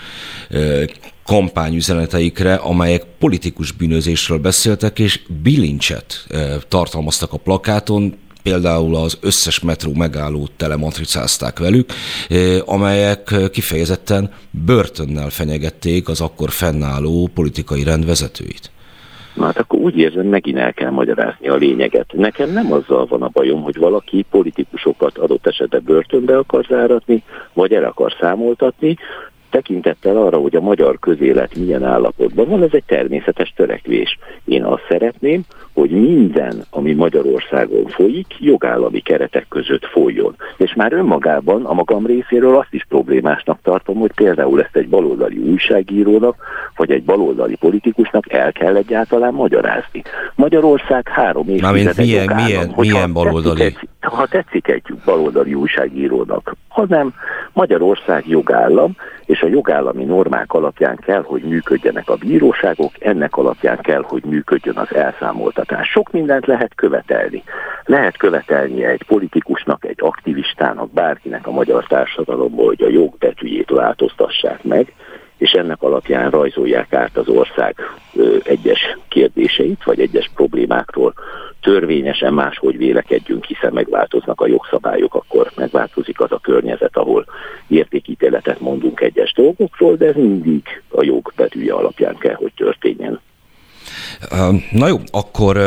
kampányüzeneteikre, amelyek politikus bűnözésről beszéltek, és bilincset tartalmaztak a plakáton, például az összes metró megállót telematricázták velük, amelyek kifejezetten börtönnel fenyegették az akkor fennálló politikai rendvezetőit. Na hát akkor úgy érzem, megint el kell magyarázni a lényeget. Nekem nem azzal van a bajom, hogy valaki politikusokat adott esetben börtönbe akar záratni, vagy el akar számoltatni, tekintettel arra, hogy a magyar közélet milyen állapotban van, ez egy természetes törekvés. Én azt szeretném, hogy minden, ami Magyarországon folyik, jogállami keretek között folyjon. És már önmagában a magam részéről azt is problémásnak tartom, hogy például ezt egy baloldali újságírónak, vagy egy baloldali politikusnak el kell egyáltalán magyarázni. Magyarország 3 évtizede jogállam. Milyen baloldali? Ha tetszik egy baloldali újságírónak, hanem Magyarország jogállam, és a jogállami normák alapján kell, hogy működjenek a bíróságok, ennek alapján kell, hogy működjön az elszámoltatás. Sok mindent lehet követelni. Lehet követelni egy politikusnak, egy aktivistának, bárkinek a magyar társadalomból, hogy a jog betűjét változtassák meg, és ennek alapján rajzolják át az ország egyes kérdéseit, vagy egyes problémákról törvényesen máshogy vélekedjünk, hiszen megváltoznak a jogszabályok, akkor megváltozik az a környezet, ahol értékítéletet mondunk egyes dolgokról, de ez mindig a jog betűje alapján kell, hogy történjen. Na jó, akkor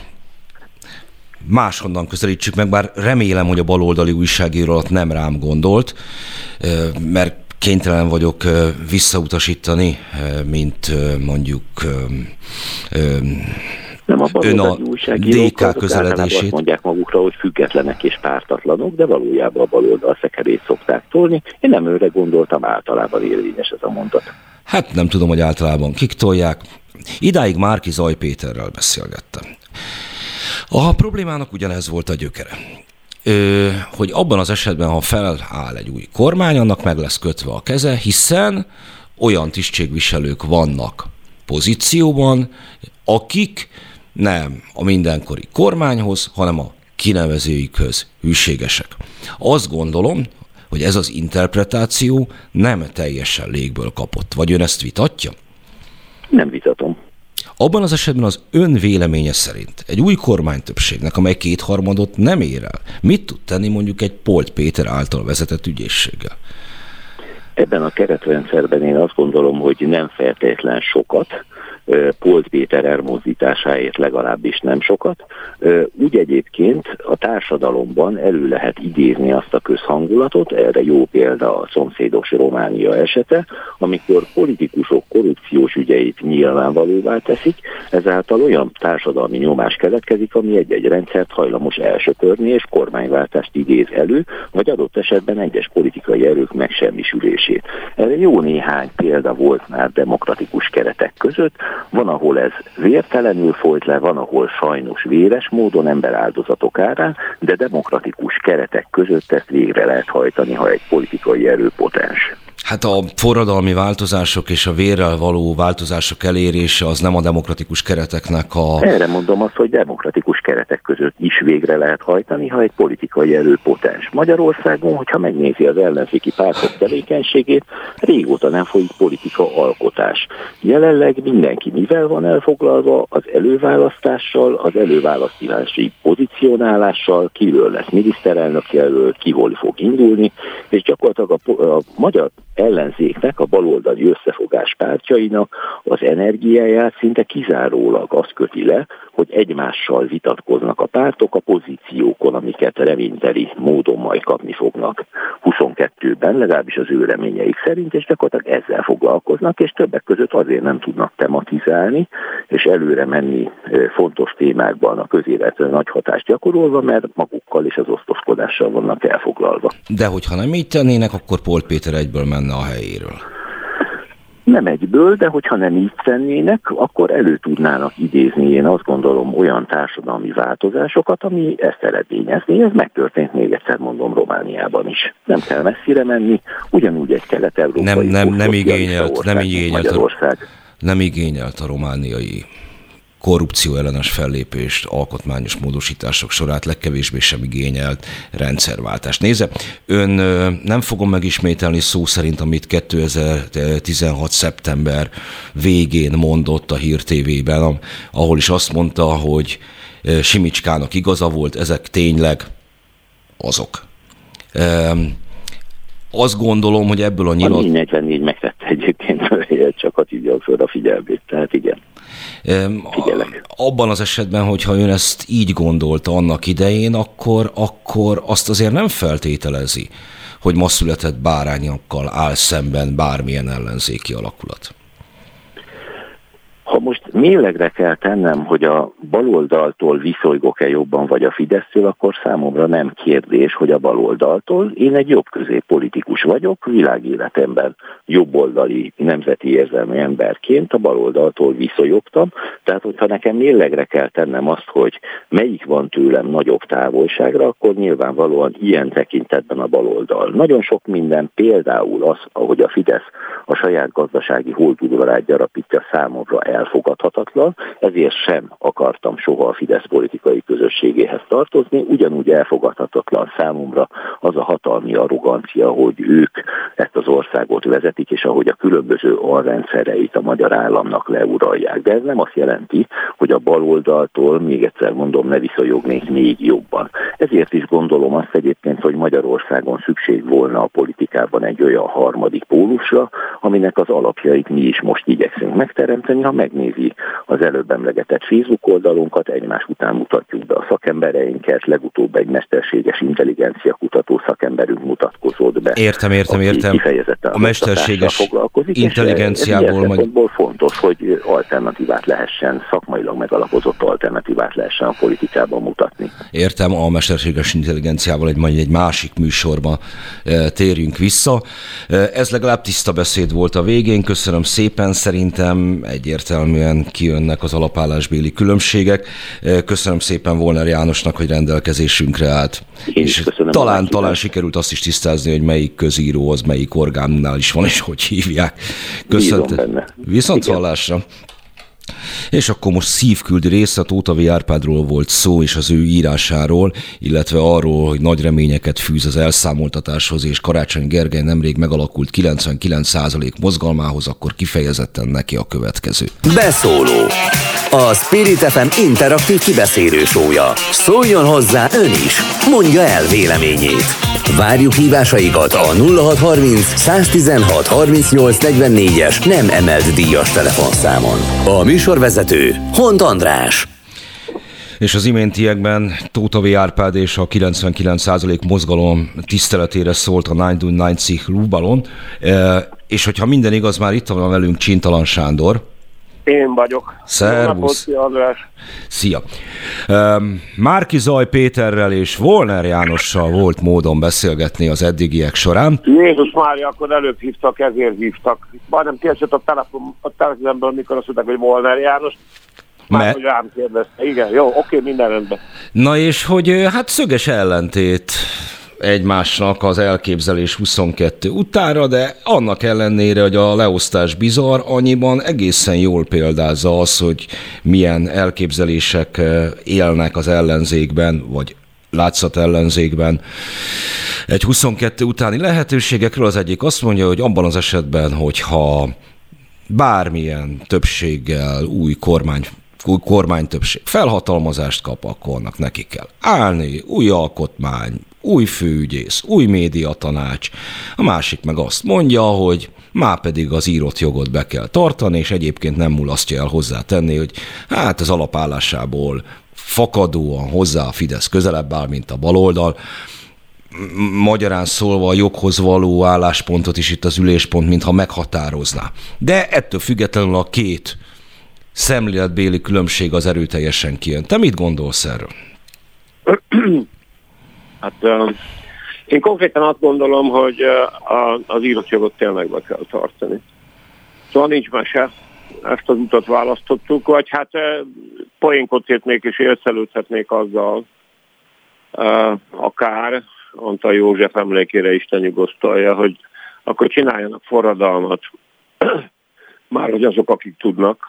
máshonnan közelítsük meg, bár remélem, hogy a baloldali újságíró alatt nem rám gondolt, mert kénytelen vagyok visszautasítani, mint mondjuk nem a ön a baloldali újságírók DK közeledését. Azt mondják magukra, hogy függetlenek és pártatlanok, de valójában a baloldal szekerét szokták tolni. Én nem őre gondoltam, általában érvényes ez a mondat. Hát nem tudom, hogy általában kik tolják. Idáig Márki Zaj Péterrel beszélgettem. A problémának ugyanez volt a gyökere. Hogy abban az esetben, ha feláll egy új kormány, annak meg lesz kötve a keze, hiszen olyan tisztségviselők vannak pozícióban, akik nem a mindenkori kormányhoz, hanem a kinevezőikhöz hűségesek. Azt gondolom, hogy ez az interpretáció nem teljesen légből kapott. Vagy ön ezt vitatja? Nem vitatom. Abban az esetben az ön véleménye szerint egy új kormánytöbbségnek, amely 2/3 nem ér el, mit tud tenni mondjuk egy Polt Péter által vezetett ügyészséggel? Ebben a keretrendszerben én azt gondolom, hogy nem feltétlen sokat, Polt Péter elmozdításáért legalábbis nem sokat. Úgy egyébként a társadalomban elő lehet idézni azt a közhangulatot, erre jó példa a szomszédos Románia esete, amikor politikusok korrupciós ügyeit nyilvánvalóvá teszik, ezáltal olyan társadalmi nyomás keletkezik, ami egy-egy rendszert hajlamos elsöpörni és kormányváltást idéz elő, vagy adott esetben egyes politikai erők megsemmisülését. Erre jó néhány példa volt már demokratikus keretek között. Van, ahol ez vértelenül folyt le, van, ahol sajnos véres módon emberáldozatok árán, de demokratikus keretek között ezt végre lehet hajtani, ha egy politikai erő potens. Hát a forradalmi változások és a vérrel való változások elérése az nem a demokratikus kereteknek a... Erre mondom azt, hogy demokratikus keretek között is végre lehet hajtani, ha egy politikai erő potens. Magyarországon, hogyha megnézi az ellenzéki pártok tevékenységét, régóta nem folyik politika alkotás. Jelenleg mindenki mivel van elfoglalva? Az előválasztással, az előválasztási pozícionálással, kiről lesz miniszterelnök jelölt, ki hol fog indulni, és gyakorlatilag a magyar ellenzéknek, a baloldali összefogás pártjainak az energiáját szinte kizárólag az köti le, hogy egymással vitatkoznak a pártok a pozíciókon, amiket reményteli módon majd kapni fognak 22-ben, legalábbis az ő reményeik szerint, és gyakorlatilag ezzel foglalkoznak, és többek között azért nem tudnak tematizálni, és előre menni fontos témákban a közéletre nagy hatást gyakorolva, mert magukkal és az osztoskodással vannak elfoglalva. De hogyha nem így tennének, akkor Polt Péter egyből menne a helyéről. Nem egyből, de hogyha nem így tennének, akkor elő tudnának idézni, én azt gondolom, olyan társadalmi változásokat, ami ezt eredményezni. Ez megtörtént, még egyszer mondom, Romániában is. Nem kell messzire menni, ugyanúgy egy kelet-európai nem igényelt a romániai korrupció ellenes fellépést, alkotmányos módosítások sorát, legkevésbé sem igényelt rendszerváltást. Nézze, ön nem fogom megismételni szó szerint, amit 2016. szeptember végén mondott a Hír TV-ben, ahol is azt mondta, hogy Simicskának igaza volt, ezek tényleg azok. Azt gondolom, hogy ebből a nyilat... A 44 megtette egyébként, csak a hívjam föl a figyelmét, tehát igen. Abban az esetben, hogyha ön ezt így gondolta annak idején, akkor azt azért nem feltételezi, hogy ma született bárányokkal áll szemben bármilyen ellenzéki alakulat. Ha most mérlegre kell tennem, hogy a baloldaltól viszolygok-e jobban, vagy a Fidesztől, akkor számomra nem kérdés, hogy a baloldaltól. Én egy jobbközép politikus vagyok, világéletemben jobboldali nemzeti érzelmi emberként a baloldaltól viszonyogtam. Tehát, hogyha nekem mérlegre kell tennem azt, hogy melyik van tőlem nagyobb távolságra, akkor nyilvánvalóan ilyen tekintetben a baloldal. Nagyon sok minden, például az, ahogy a Fidesz a saját gazdasági holdudvarát gyarapítja, számomra elfogadhatatlan, ezért sem akartam soha a Fidesz politikai közösségéhez tartozni, ugyanúgy elfogadhatatlan számomra az a hatalmi arrogancia, hogy ők ezt az országot vezetik, és ahogy a különböző alrendszereit a magyar államnak leuralják. De ez nem azt jelenti, hogy a baloldaltól, még egyszer mondom, ne viszonyognék még jobban. Ezért is gondolom azt egyébként, hogy Magyarországon szükség volna a politikában egy olyan harmadik pólusra, aminek az alapjait mi is most igyekszünk megteremteni. Ha megnézi az előbb emlegetett Facebook oldalunkat, egymás után mutatjuk be a szakembereinket, legutóbb egy mesterséges intelligencia kutató szakemberünk mutatkozott be. Értem. A mesterséges intelligenciából majd... fontos, hogy alternatívát lehessen, szakmailag megalapozott alternatívát lehessen a politikában mutatni. Értem, a mesterséges intelligenciával egy másik műsorba térjünk vissza. Ez legalább tiszta beszéd volt a végén. Köszönöm szépen, szerintem egyértelműen kijönnek az alapállásbéli különbségek. Köszönöm szépen Volner Jánosnak, hogy rendelkezésünkre állt. És talán sikerült azt is tisztázni, hogy melyik közíró az melyik orgánumnál is van, és hogy hívják. Köszönöm. Viszont hallásra. És akkor most szívküldi része, Tóth V. Árpádról volt szó, és az ő írásáról, illetve arról, hogy nagy reményeket fűz az elszámoltatáshoz, és Karácsony Gergely nemrég megalakult 99% mozgalmához, akkor kifejezetten neki a következő. Beszóló. A Spirit FM interaktív kibeszélő show-ja. Szóljon hozzá ön is, mondja el véleményét. Várjuk hívásaikat a 0630 116 38 44-es nem emelt díjas telefonszámon. A műsorvezető Hont András. És az iméntiekben Tóth V. Árpád és a 99% mozgalom tiszteletére szólt a 99 Lubalon, és hogyha minden igaz, már itt van velünk Csintalan Sándor. Én vagyok. Szervusz. Szia. Márki Zaj Péterrel és Volner Jánossal volt módon beszélgetni az eddigiek során. Jézus Mária, akkor előbb hívtak, ezért hívtak. Majdnem kiesett a telefonemből, mikor azt mondták, hogy Volner János. Már hogy rám kérdezte. Igen, jó, oké, minden rendben. Na és hogy hát szöges ellentét egymásnak az elképzelés 22 utánra, de annak ellenére, hogy a leosztás bizarr, annyiban egészen jól példázza az, hogy milyen elképzelések élnek az ellenzékben, vagy látszat ellenzékben. Egy 22 utáni lehetőségekről az egyik azt mondja, hogy abban az esetben, hogyha bármilyen többséggel új kormánytöbbség felhatalmazást kap, akkor annak neki kell állni, új alkotmány, új főügyész, új médiatanács. A másik meg azt mondja, hogy már pedig az írott jogot be kell tartani, és egyébként nem mulasztja el hozzátenni, hogy hát az alapállásából fakadóan hozzá a Fidesz közelebb áll, mint a baloldal. Magyarán szólva a joghoz való álláspontot is itt az üléspont, mintha meghatározná. De ettől függetlenül a két szemléletbéli különbség az erőteljesen kijön. Te mit gondolsz erről? Hát én konkrétan azt gondolom, hogy az írott jogot tényleg be kell tartani. Szóval nincs mese, ezt az utat választottuk, vagy hát poénkot értnék és élszelődhetnék azzal, akár Antal József emlékére Isten nyugosztalja, hogy akkor csináljanak forradalmat, már hogy azok, akik tudnak.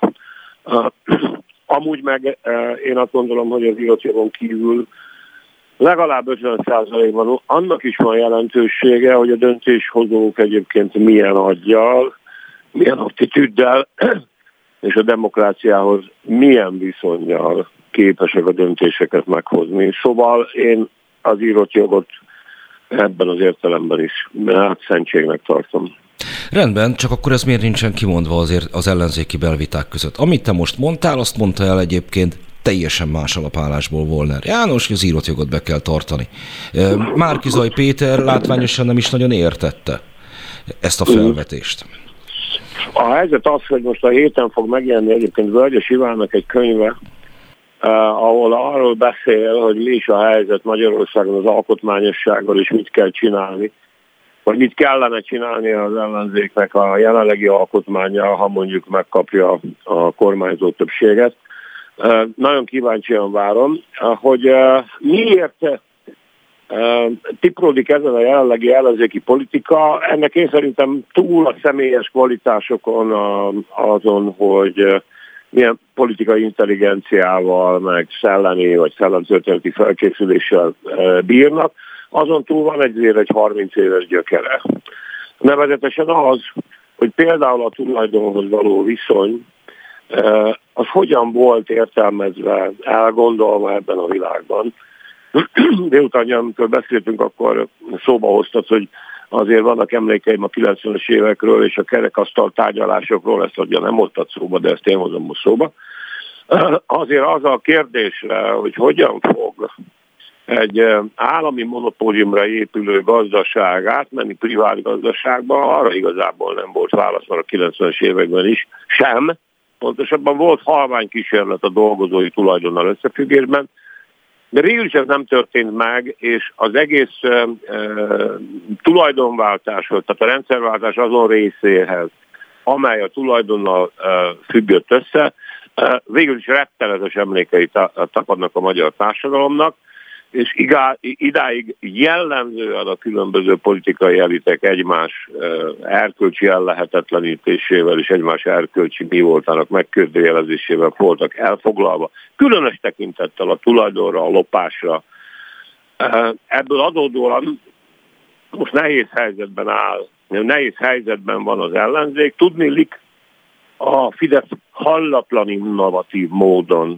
Amúgy meg én azt gondolom, hogy az írott jogon kívül legalább 50%-ban annak is van jelentősége, hogy a döntéshozók egyébként milyen aggyal, milyen attitűddel és a demokráciához milyen viszonnyal képesek a döntéseket meghozni. Szóval én az írott jogot ebben az értelemben is szentségnek tartom. Rendben, csak akkor ez miért nincsen kimondva azért az ellenzéki belviták között? Amit te most mondtál, azt mondta el egyébként teljesen más alapállásból Volner János, hogy az írott jogot be kell tartani. Márki-Zay Péter látványosan nem is nagyon értette ezt a felvetést. A helyzet az, hogy most a héten fog megjelenni egyébként Völgyes Ivánnak egy könyve, ahol arról beszél, hogy mi is a helyzet Magyarországon az alkotmányossággal, és mit kell csinálni, vagy mit kellene csinálni az ellenzéknek a jelenlegi alkotmánya, ha mondjuk megkapja a kormányzó többséget. Nagyon kíváncsian várom, hogy miért tipródik ezen a jelenlegi ellenzéki politika. Ennek én szerintem túl a személyes kvalitásokon, azon, hogy milyen politikai intelligenciával, meg szellemi vagy szellemtörténeti felkészüléssel bírnak, azon túl van egy 30 éves gyökere. Nevezetesen az, hogy például a tulajdonhoz való viszony, az hogyan volt értelmezve, elgondolva ebben a világban. Délután, amikor beszéltünk, akkor szóba hoztad, hogy azért vannak emlékeim a 90-es évekről és a kerekasztal tárgyalásokról, ezt ugye nem hoztad szóba, de ezt én hozom most szóba. Azért az a kérdésre, hogy hogyan fog egy állami monopóliumra épülő gazdaság átmenni privát gazdaságba, arra igazából nem volt válasz, már a 90-es években is sem. Pontosabban volt halvány kísérlet a dolgozói tulajdonnal összefüggésben, de végül is ez nem történt meg, és az egész tulajdonváltáshoz, tehát a rendszerváltás azon részéhez, amely a tulajdonnal függött össze, végül is rettenetes emlékei tapadnak a magyar társadalomnak, és idáig jellemzően a különböző politikai elitek egymás erkölcsi ellehetetlenítésével és egymás erkölcsi mi voltának megkérdőjelezésével voltak elfoglalva, különös tekintettel a tulajdonra, a lopásra. Ebből adódóan most nehéz helyzetben van az ellenzék. Tudniillik, a Fidesz hallatlan innovatív módon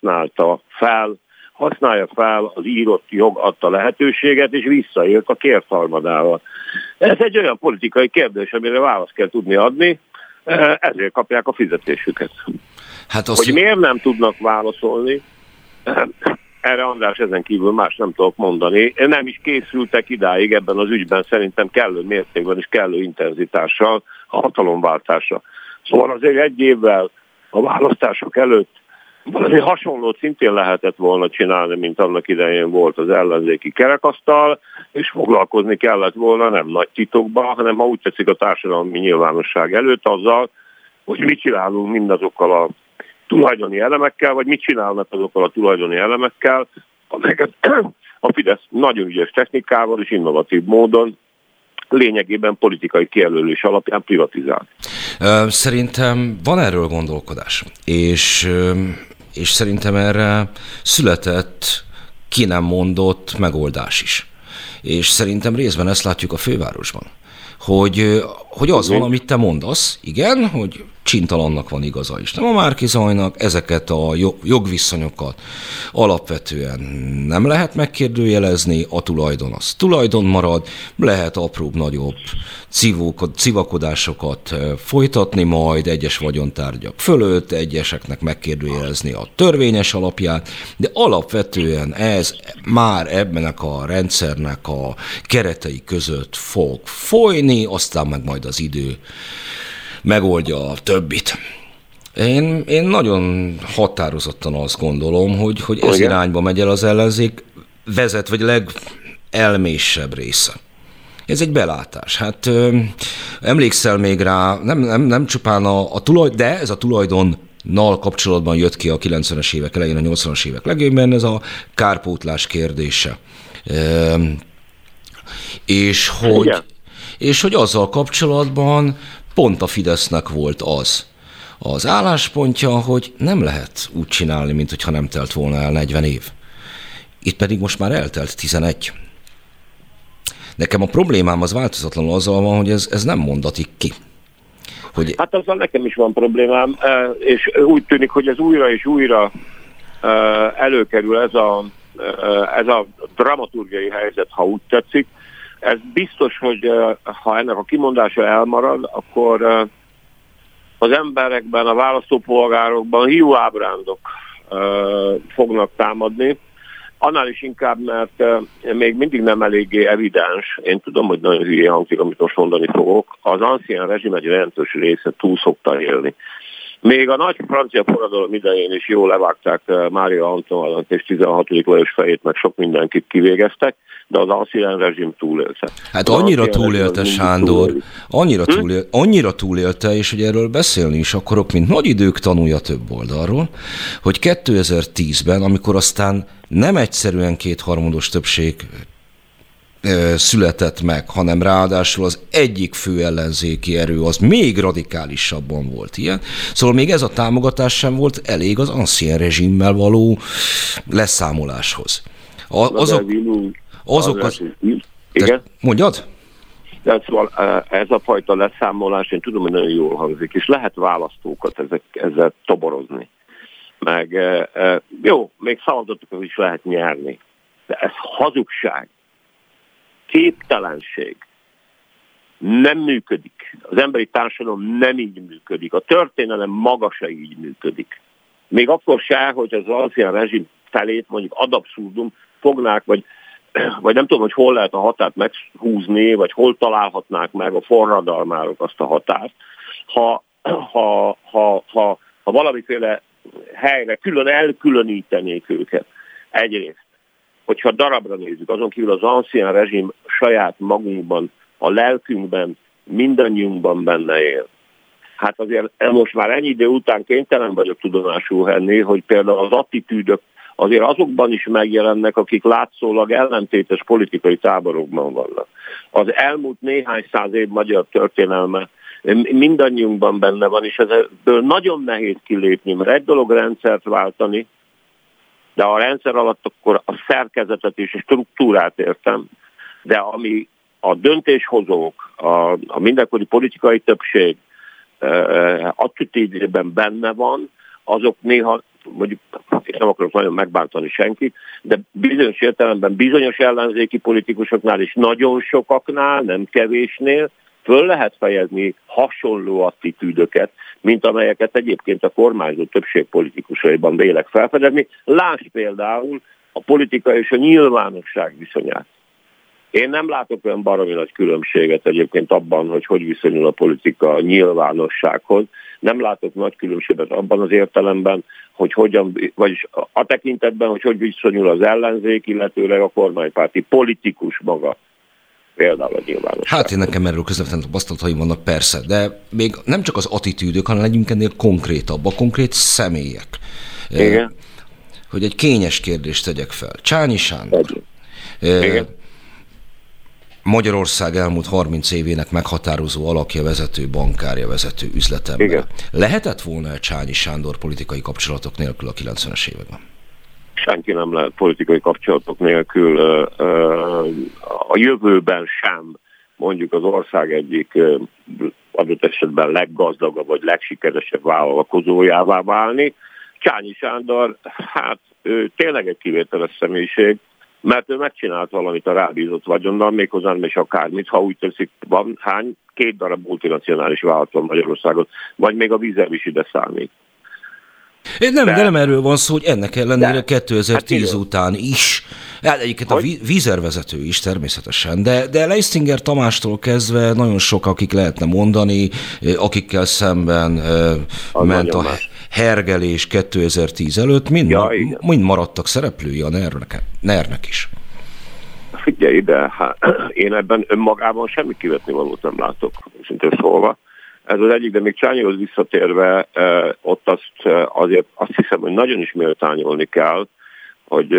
használja fel az írott jog adta lehetőséget, és visszaélt a kértharmadával. Ez egy olyan politikai kérdés, amire választ kell tudni adni, ezért kapják a fizetésüket. Hát hogy miért nem tudnak válaszolni, erre András ezen kívül más nem tudok mondani. Nem is készültek idáig ebben az ügyben szerintem kellő mértékben és kellő intenzitással a hatalomváltásra. Szóval azért egy évvel a választások előtt valami hasonlót szintén lehetett volna csinálni, mint annak idején volt az ellenzéki kerekasztal, és foglalkozni kellett volna nem nagy titokban, hanem ha úgy tetszik a társadalmi nyilvánosság előtt azzal, hogy mit csinálunk mindazokkal a tulajdoni elemekkel, vagy mit csinálnak azokkal a tulajdoni elemekkel, amelyeket A Fidesz nagyon ügyes technikával és innovatív módon lényegében politikai kijelölés alapján privatizál. Szerintem van erről gondolkodás, és szerintem erre született ki nem mondott megoldás is. És szerintem részben ezt látjuk a fővárosban. Hogy az van, amit te mondasz, igen, hogy csintalannak van igaza is. Nem a Márki-Zajnak, ezeket a jogviszonyokat alapvetően nem lehet megkérdőjelezni, a tulajdon az tulajdon marad, lehet apróbb-nagyobb civakodásokat folytatni majd egyes vagyontárgyak fölött, egyeseknek megkérdőjelezni a törvényes alapját, de alapvetően ez már ebben a rendszernek a keretei között fog folyni, aztán meg majd az idő megoldja a többit. Én nagyon határozottan azt gondolom, hogy ez irányba megy el az ellenzék, vezet, vagy legelmésebb része. Ez egy belátás. Hát emlékszel még rá, nem csupán a tulajdon, de ez a tulajdonnal kapcsolatban jött ki a 90-es évek elején, a 80-as évek legében ez a kárpótlás kérdése. És hogy azzal kapcsolatban pont a Fidesznek volt az álláspontja, hogy nem lehet úgy csinálni, mint hogyha nem telt volna el 40 év. Itt pedig most már eltelt 11. Nekem a problémám az változatlanul azzal van, hogy ez nem mondatik ki. Hát azzal nekem is van problémám, és úgy tűnik, hogy ez újra és újra előkerül ez a dramaturgiai helyzet, ha úgy tetszik. Ez biztos, hogy ha ennek a kimondása elmarad, akkor az emberekben, a választópolgárokban hiúábrándok fognak támadni. Annál is inkább, mert még mindig nem eléggé evidens, én tudom, hogy nagyon hülye hangzik, amit most mondani fogok, az ancien rezsim egy jelentős része túl szokta élni. Még a nagy francia forradalom idején is jól levágták Mária Antoinette és 16. Lajos fejét, meg sok mindenkit kivégeztek, de az ancien rezsim túlélte. Hát annyira túlélte, Sándor, annyira túlélte, és hogy erről beszélni is akarok, mint nagy idők tanulja több oldalról, hogy 2010-ben, amikor aztán nem egyszerűen kétharmados többség született meg, hanem ráadásul az egyik fő ellenzéki erő az még radikálisabban volt ilyen. Szóval még ez a támogatás sem volt elég az ancien rezsimmel való leszámoláshoz. Igen? Mondjad? De szóval ez a fajta leszámolás, én tudom, hogy nagyon jól hangzik, és lehet választókat ezzel toborozni. Meg jó, még szavazatokat is lehet nyerni. De ez hazugság. Képtelenség. Nem működik. Az emberi társadalom nem így működik. A történelem maga se így működik. Még akkor se, hogy az ancien rezsim felét mondjuk ad abszurdum fognák, vagy nem tudom, hogy hol lehet a határt meghúzni, vagy hol találhatnák meg a forradalmárok azt a határt, ha valamiféle helyre elkülönítenék őket. Egyrészt, hogyha darabra nézzük, azon kívül az ancien rezsim saját magunkban, a lelkünkben, mindannyiunkban benne él. Hát azért most már ennyi idő után kénytelen vagyok tudomásul venni, hogy például az attitűdök azért azokban is megjelennek, akik látszólag ellentétes politikai táborokban vannak. Az elmúlt néhány száz év magyar történelme mindannyiunkban benne van, és ebből nagyon nehéz kilépni, mert egy dolog rendszert váltani, de a rendszer alatt akkor a szerkezetet és a struktúrát értem, de ami a döntéshozók, a mindenkori politikai többség attitűdjében benne van, azok néha, mondjuk én nem akarok nagyon megbántani senkit, de bizonyos értelemben bizonyos ellenzéki politikusoknál és nagyon sokaknál, nem kevésnél föl lehet fejezni hasonló attitűdöket, mint amelyeket egyébként a kormányzó többség politikusaiban vélek felfedezni. Lásd például a politika és a nyilvánosság viszonyát. Én nem látok olyan baromi nagy különbséget egyébként abban, hogy viszonyul a politika a nyilvánossághoz. Nem látok nagy különbséget abban az értelemben, hogy hogyan, vagyis a tekintetben, hogy viszonyul az ellenzék, illetőleg a kormánypárti politikus maga. Például a nyilvánosság. Hát én nekem erről közvetlenül tapasztalataim vannak, persze, de még nem csak az attitűdök, hanem legyünk ennél konkrétabb, a konkrét személyek. Igen. Hogy egy kényes kérdést tegyek fel. Csányi Sándor Igen. Magyarország elmúlt 30 évének meghatározó alakja, vezető bankárja, vezető üzletember. Igen. Lehetett volna Csányi Sándor politikai kapcsolatok nélkül a 90-es években? Senki nem lehet politikai kapcsolatok nélkül, a jövőben sem mondjuk az ország egyik adott esetben leggazdagabb vagy legsikeresebb vállalkozójává válni. Csányi Sándor, hát ő tényleg egy kivételes személyiség, mert ő megcsinált valamit a rábízott vagyonnal, méghozzá nem is akármit, ha úgy teszik, van 2 darab multinacionális vállalat van Magyarországon, vagy még a Vízer is ide számít. De nem erről van szó, hogy ennek ellenére 2010 után is, egyébként a Vízer vezető is természetesen, de Leistinger Tamástól kezdve nagyon sok, akik lehetne mondani, akikkel szemben ment a hergelés 2010 előtt, mind maradtak szereplői a NER-nek is. Figyelj ide, én ebben önmagában semmi kivetnivalót nem látok, szintén szólva. Ez az egyik, de még Csányihoz visszatérve, ott azért azt hiszem, hogy nagyon is méltányolni kell, hogy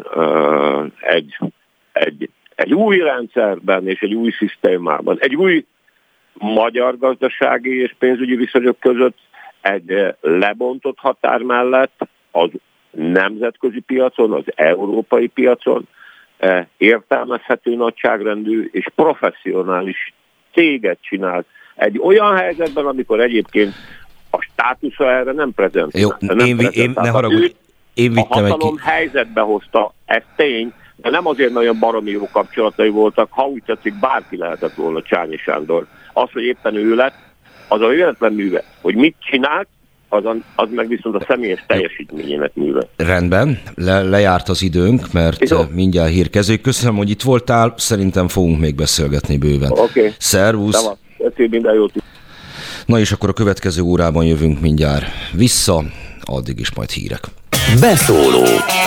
egy új rendszerben és egy új szisztémában, egy új magyar gazdasági és pénzügyi viszonyok között egy lebontott határ mellett az nemzetközi piacon, az európai piacon értelmezhető nagyságrendű és professzionális céget csinált. Egy olyan helyzetben, amikor egyébként a státusza erre nem prezentál. Jó, ne haragudj, én vittem a hatalom helyzetbe hozta, ez tény, de nem azért nagyon baromi jó kapcsolatai voltak, ha úgy tetszik, bárki lehetett volna Csányi Sándor. Az, hogy éppen ő lett, az a véletlen műve. Hogy mit csinált, az meg viszont a személyes teljesítményének műve. Rendben, lejárt az időnk, mert mindjárt hírkezők. Köszönöm, hogy itt voltál, szerintem fogunk még beszélgetni bőven. Oké. Szervusz! Minden jót. Na és akkor a következő órában jövünk mindjárt vissza, addig is majd hírek. Beszóló.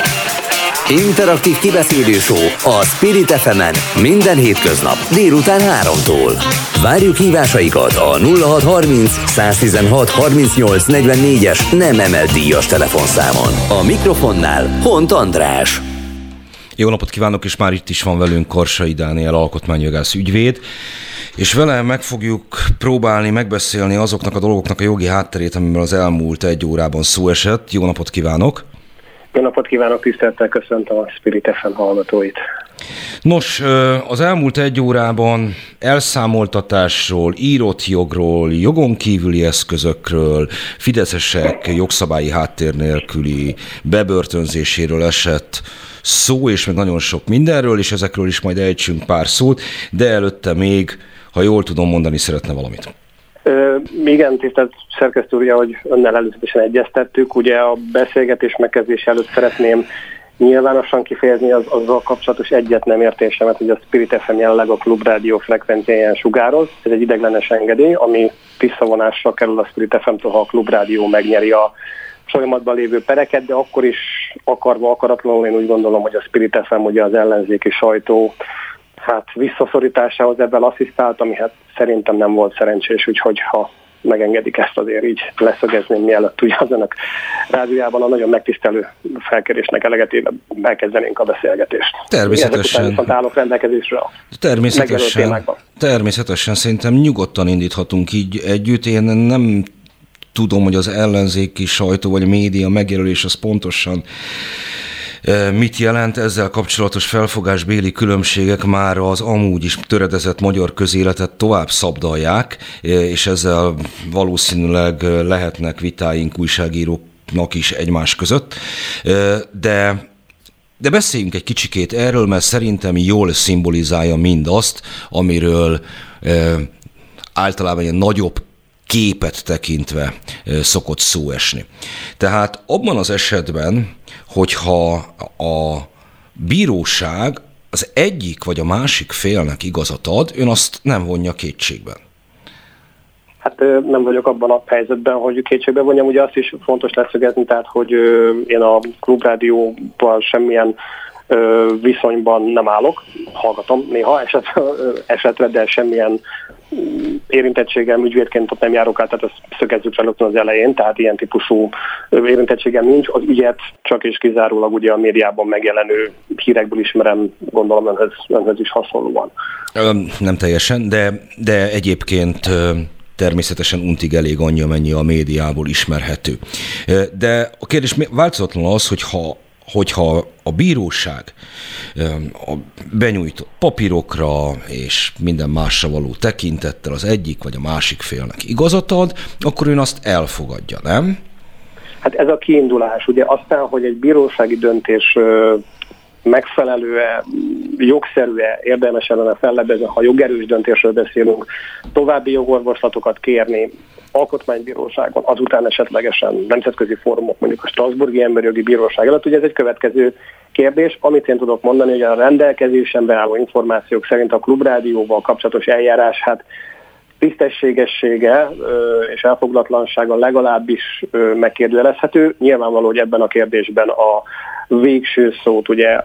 Interaktív kibeszélő show a Spirit FM-en minden hétköznap délután 3-tól. Várjuk hívásaikat a 0630 116 38 44-es nem emelt díjas telefonszámon. A mikrofonnál Hont András. Jó napot kívánok, és már itt is van velünk Karsai Dániel alkotmányjogász ügyvéd, és vele meg fogjuk próbálni megbeszélni azoknak a dolgoknak a jogi hátterét, amiről az elmúlt 1 órában szó esett. Jó napot kívánok! Jó napot kívánok, tisztelettel köszöntöm a Spirit FM hallgatóit. Nos, az elmúlt 1 órában elszámoltatásról, írott jogról, jogon kívüli eszközökről, fideszesek jogszabályi háttér nélküli bebörtönzéséről esett szó, és még nagyon sok mindenről, és ezekről is majd ejtsünk pár szót, de előtte még, ha jól tudom mondani, szeretne valamit. Igen, tisztelt szerkesztő úr, ahogy önnel előzetesen egyeztettük, ugye a beszélgetés megkezdése előtt szeretném nyilvánosan kifejezni azzal kapcsolatos egyet nem értésemet, hogy a Spirit FM jelenleg a klubrádió frekvenciáján sugároz. Ez egy ideiglenes engedély, ami visszavonásra kerül a Spirit FM-től, ha a klubrádió megnyeri a folyamatban lévő pereket, de akkor is akarva akaratlanul én úgy gondolom, hogy a Spirit FM ugye az ellenzéki sajtó visszaszorításához ebben asszisztált, ami szerintem nem volt szerencsés, úgyhogy ha megengedik ezt, azért így leszögezném, mielőtt ugye az önök rádiójában a nagyon megtisztelő felkérésnek elegetében elkezdenénk a beszélgetést. Természetesen. Viszont állok rendelkezésre a Természetesen szerintem nyugodtan indíthatunk így együtt. Én nem tudom, hogy az ellenzéki sajtó vagy a média megjelölés az pontosan mit jelent. Ezzel kapcsolatos felfogásbéli különbségek már az amúgy is töredezett magyar közéletet tovább szabdalják, és ezzel valószínűleg lehetnek vitáink újságíróknak is egymás között. De beszéljünk egy kicsikét erről, mert szerintem jól szimbolizálja mindazt, amiről általában ilyen nagyobb képet tekintve szokott szó esni. Tehát abban az esetben, hogyha a bíróság az egyik vagy a másik félnek igazat ad, ön azt nem vonja kétségben. Hát nem vagyok abban a helyzetben, hogy kétségbe vonjam. Ugye azt is fontos leszögezni, tehát, hogy én a klubrádióval semmilyen viszonyban nem állok, hallgatom néha esetre, de semmilyen érintettségem ügyvédként ott nem járok át, tehát ezt szögezzük fel az elején, tehát ilyen típusú érintettségem nincs. Az ügyet csak és kizárólag ugye a médiában megjelenő hírekből ismerem, gondolom önhöz is hasonlóan. Nem teljesen, de egyébként természetesen untig elég annyi, amennyi a médiából ismerhető. De a kérdés változatlan az, hogyha a bíróság a benyújtott papírokra és minden másra való tekintettel az egyik vagy a másik félnek igazat ad, akkor ön azt elfogadja, nem? Hát ez a kiindulás. Ugye aztán, hogy egy bírósági döntés megfelelő-e, jogszerű-e, érdemes ellene fellebbezni, ha jogerős döntésről beszélünk, további jogorvoslatokat kérni alkotmánybíróságon, azután esetlegesen nemzetközi fórumok, mondjuk a Strasbourgi Emberjogi Bíróság előtt. Ugye ez egy következő kérdés, amit én tudok mondani, hogy a rendelkezésemben álló információk szerint a Klubrádióval kapcsolatos eljárás, hát tisztességessége és elfoglalatlansága legalábbis megkérdőjelezhető. Nyilvánvaló, hogy ebben a kérdésben a végső szót ugye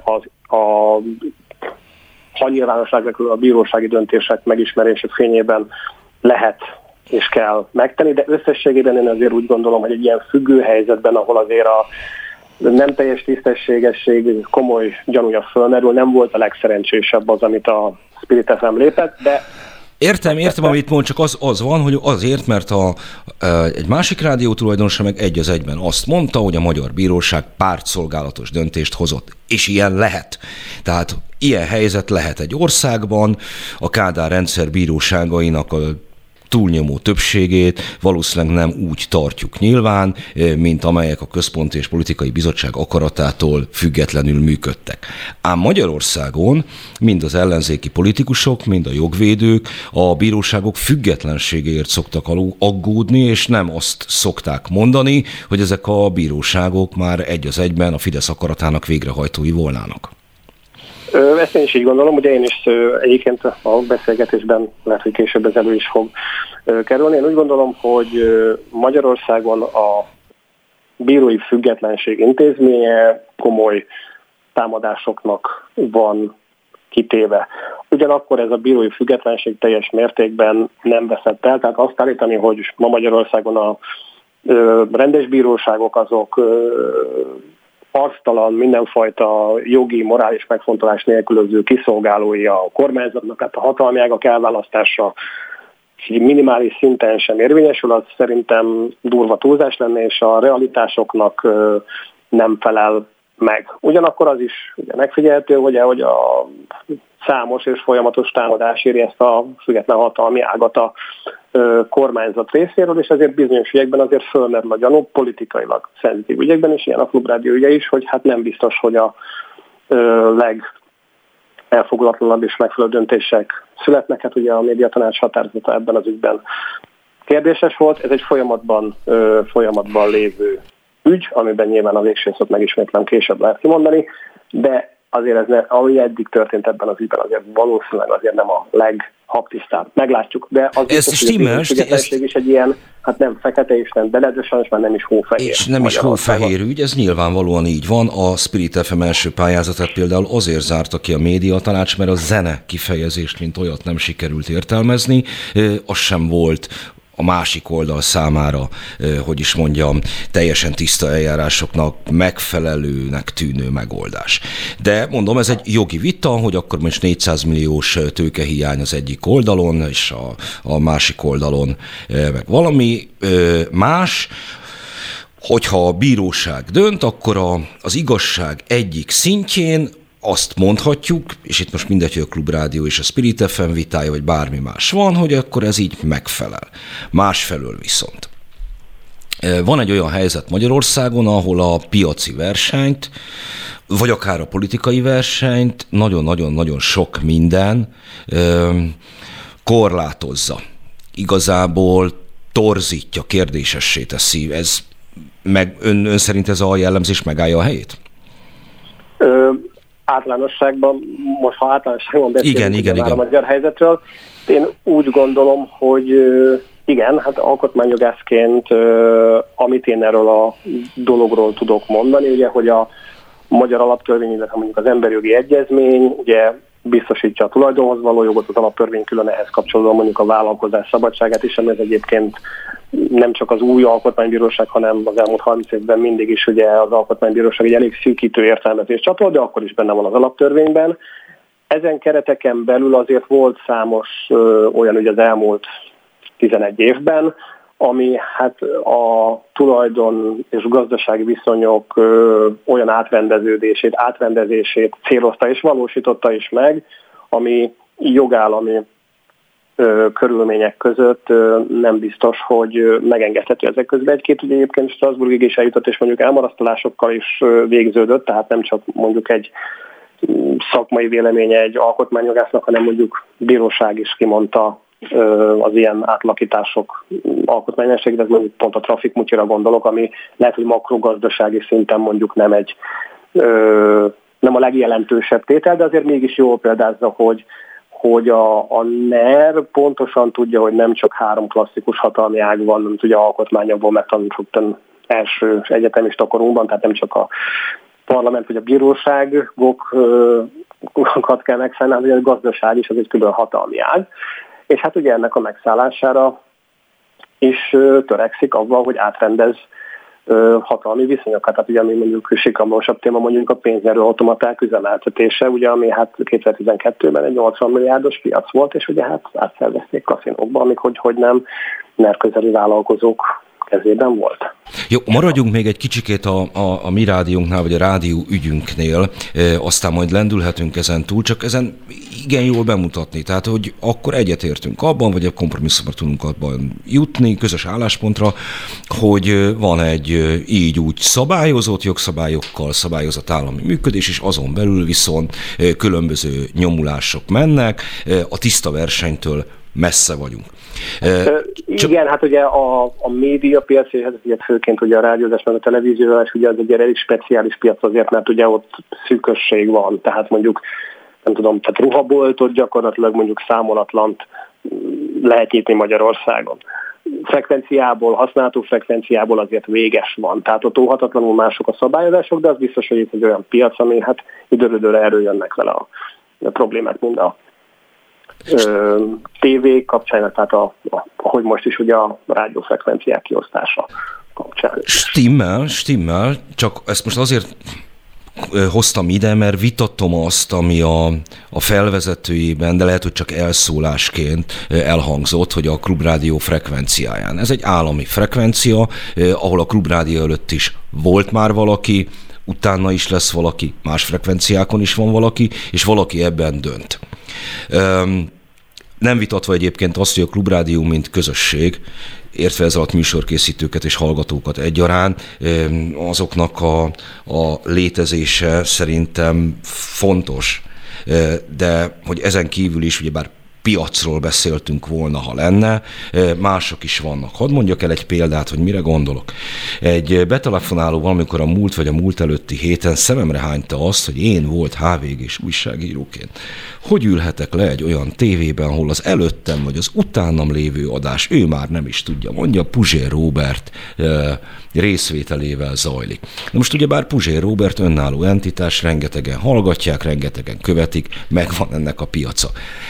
ha nyilvánosságra kerül a bírósági döntések megismerése fényében lehet és kell megtenni, de összességében én azért úgy gondolom, hogy egy ilyen függő helyzetben, ahol azért a nem teljes tisztességesség komoly gyanúja fölmerül, nem volt a legszerencsésebb az, amit a Spirit FM lépett, de Értem, amit mond, csak az van, hogy azért, mert egy másik rádió tulajdonosa meg egy az egyben azt mondta, hogy a Magyar Bíróság pártszolgálatos döntést hozott. És ilyen lehet. Tehát ilyen helyzet lehet egy országban, a Kádár rendszer bíróságainak a túlnyomó többségét valószínűleg nem úgy tartjuk nyilván, mint amelyek a Központi és Politikai Bizottság akaratától függetlenül működtek. Ám Magyarországon mind az ellenzéki politikusok, mind a jogvédők a bíróságok függetlenségéért szoktak aggódni, és nem azt szokták mondani, hogy ezek a bíróságok már egy az egyben a Fidesz akaratának végrehajtói volnának. Ezt én is így gondolom, ugye én is egyébként a beszélgetésben lehet, hogy később ez elő is fog kerülni. Én úgy gondolom, hogy Magyarországon a bírói függetlenség intézménye komoly támadásoknak van kitéve. Ugyanakkor ez a bírói függetlenség teljes mértékben nem veszett el, tehát azt állítani, hogy ma Magyarországon a rendes bíróságok azok arctalan, mindenfajta jogi, morális megfontolás nélkülöző kiszolgálói a kormányzatnak, hát a hatalmi ágak elválasztása minimális szinten sem érvényesül, az szerintem durva túlzás lenne, és a realitásoknak nem felel meg. Ugyanakkor az is ugye megfigyelhető, hogy a számos és folyamatos támadás éri ezt a független hatalmi ágat a kormányzat részéről, és ezért bizonyos ügyekben azért fölmerül a gyanú politikailag szenzitív ügyekben, és ilyen a Klubrádió ügye is, hogy hát nem biztos, hogy a legelfogulatlanabb és megfelelő döntések születnek. Hát ugye a médiatanács határozata ebben az ügyben kérdéses volt. Ez egy folyamatban lévő ügy, amiben nyilván a végső szót megismétlem, később lehet kimondani, de azért ami eddig történt ebben az ügyben, azért valószínűleg azért nem a leghaptisztább. Meglátjuk, de az biztos, hogy a függetlenség is egy ilyen, hát nem fekete és nem beled, de sajnos már nem is hófehér. És nem is hófehér ügy, ez nyilvánvalóan így van. A Spirit FM első pályázatát például azért zárta ki a médiatanács, mert a zene kifejezést, mint olyat nem sikerült értelmezni, az sem volt a másik oldal számára, hogy is mondjam, teljesen tiszta eljárásoknak megfelelőnek tűnő megoldás. De mondom, ez egy jogi vita, hogy akkor most 400 milliós tőkehiány az egyik oldalon, és a másik oldalon meg valami más. Hogyha a bíróság dönt, akkor az igazság egyik szintjén azt mondhatjuk, és itt most mindegy, hogy a Klubrádió és a Spirit FM vitája, vagy bármi más van, hogy akkor ez így megfelel. Másfelől viszont van egy olyan helyzet Magyarországon, ahol a piaci versenyt, vagy akár a politikai versenyt nagyon-nagyon-nagyon sok minden korlátozza. Igazából torzítja, kérdésessé teszi. Ez ön szerint ez a jellemzés megállja a helyét? Általánosságban, most ha általánosságban beszélünk igen. a magyar helyzetről, én úgy gondolom, hogy igen, hát alkotmányjogászként, amit én erről a dologról tudok mondani, ugye, hogy a magyar alaptörvény, illetve mondjuk az emberjogi egyezmény, ugye biztosítja a tulajdonhoz való jogot, az alaptörvény külön ehhez kapcsolódóan mondjuk a vállalkozás szabadságát is, ami ez egyébként nem csak az új alkotmánybíróság, hanem az elmúlt 30 évben mindig is ugye az alkotmánybíróság egy elég szűkítő értelmezést csatolt, de akkor is benne van az alaptörvényben. Ezen kereteken belül azért volt számos olyan ügy az elmúlt 11 évben, ami hát a tulajdon és gazdasági viszonyok olyan átrendezését célozta és valósította is meg, ami jogállami körülmények között nem biztos, hogy megengedhető ezek közben. Egy-két ugye egyébként Strasbourgig is eljutott, és mondjuk elmarasztalásokkal is végződött, tehát nem csak mondjuk egy szakmai véleménye egy alkotmányjogásznak, hanem mondjuk bíróság is kimondta az ilyen átlakítások alkotmányosságét, ez mondjuk pont a trafikmutyira gondolok, ami lehet, hogy makrogazdasági szinten mondjuk nem a legjelentősebb tétel, de azért mégis jól példázza, hogy a NER pontosan tudja, hogy nem csak 3 klasszikus hatalmi ág van, mint ugye alkotmányokból megtanultuk első egyetemista korunkban, tehát nem csak a parlament vagy a bíróságokat kell megszállni, hogy a gazdaság is az egy külön hatalmi ág. És hát ugye ennek a megszállására is törekszik avval, hogy átrendez hatalmi viszonyokat. Tehát ugye ami mondjuk sikamlósabb téma mondjuk a pénznyerő automaták üzemeltetése, ugye ami hát 2012-ben egy 80 milliárdos piac volt, és ugye hát átszervezték kaszinókba, amik hogy nem NER közeli vállalkozók kezében volt. Jó, maradjunk még egy kicsikét a mi rádiónknál, vagy a rádió ügyünknél, aztán majd lendülhetünk ezen túl, csak ezen igen jól bemutatni. Tehát, hogy akkor egyetértünk abban, vagy a kompromisszumra tudunk abban jutni, közös álláspontra, hogy van egy így úgy szabályozott, jogszabályokkal szabályozott állami működés, és azon belül viszont különböző nyomulások mennek, a tiszta versenytől messze vagyunk. Igen, hát ugye a médiapiac, és ez ugye főként ugye a rádiózás, meg a televíziózás, ugye az egy elég speciális piac azért, mert ugye ott szűkösség van, tehát mondjuk nem tudom, tehát ruhaboltot gyakorlatilag mondjuk számolatlant lehet nyitni Magyarországon. Frekvenciából, használható frekvenciából azért véges van, tehát ott óhatatlanul mások a szabályozások, de az biztos, hogy itt egy olyan piac, ami hát időről előjönnek vele a problémák, mind a TV kapcsán, tehát ahogy most is ugye a rádiófrekvenciák kiosztása kapcsán. Stimmel, csak ezt most azért hoztam ide, mert vitatom azt, ami a felvezetőjében, de lehet, hogy csak elszólásként elhangzott, hogy a Klubrádió frekvenciáján. Ez egy állami frekvencia, ahol a Klubrádió előtt is volt már valaki, utána is lesz valaki, más frekvenciákon is van valaki, és valaki ebben dönt. Nem vitatva egyébként azt, hogy a Klubrádió mint közösség, értve ez alatt műsorkészítőket és hallgatókat egyaránt, azoknak a létezése szerintem fontos, de hogy ezen kívül is, ugyebár piacról beszéltünk volna, ha lenne, mások is vannak. Hadd mondjak el egy példát, hogy mire gondolok. Egy betelefonáló valamikor a múlt vagy a múlt előtti héten szememre hányta azt, hogy én volt HVG-s újságíróként. Hogy ülhetek le egy olyan tévében, ahol az előttem vagy az utánam lévő adás, ő már nem is tudja, mondja, Puzsér Róbert részvételével zajlik. Na most ugyebár Puzsér Róbert önálló entitás, rengetegen hallgatják, rengetegen követik, megvan ennek a piaca.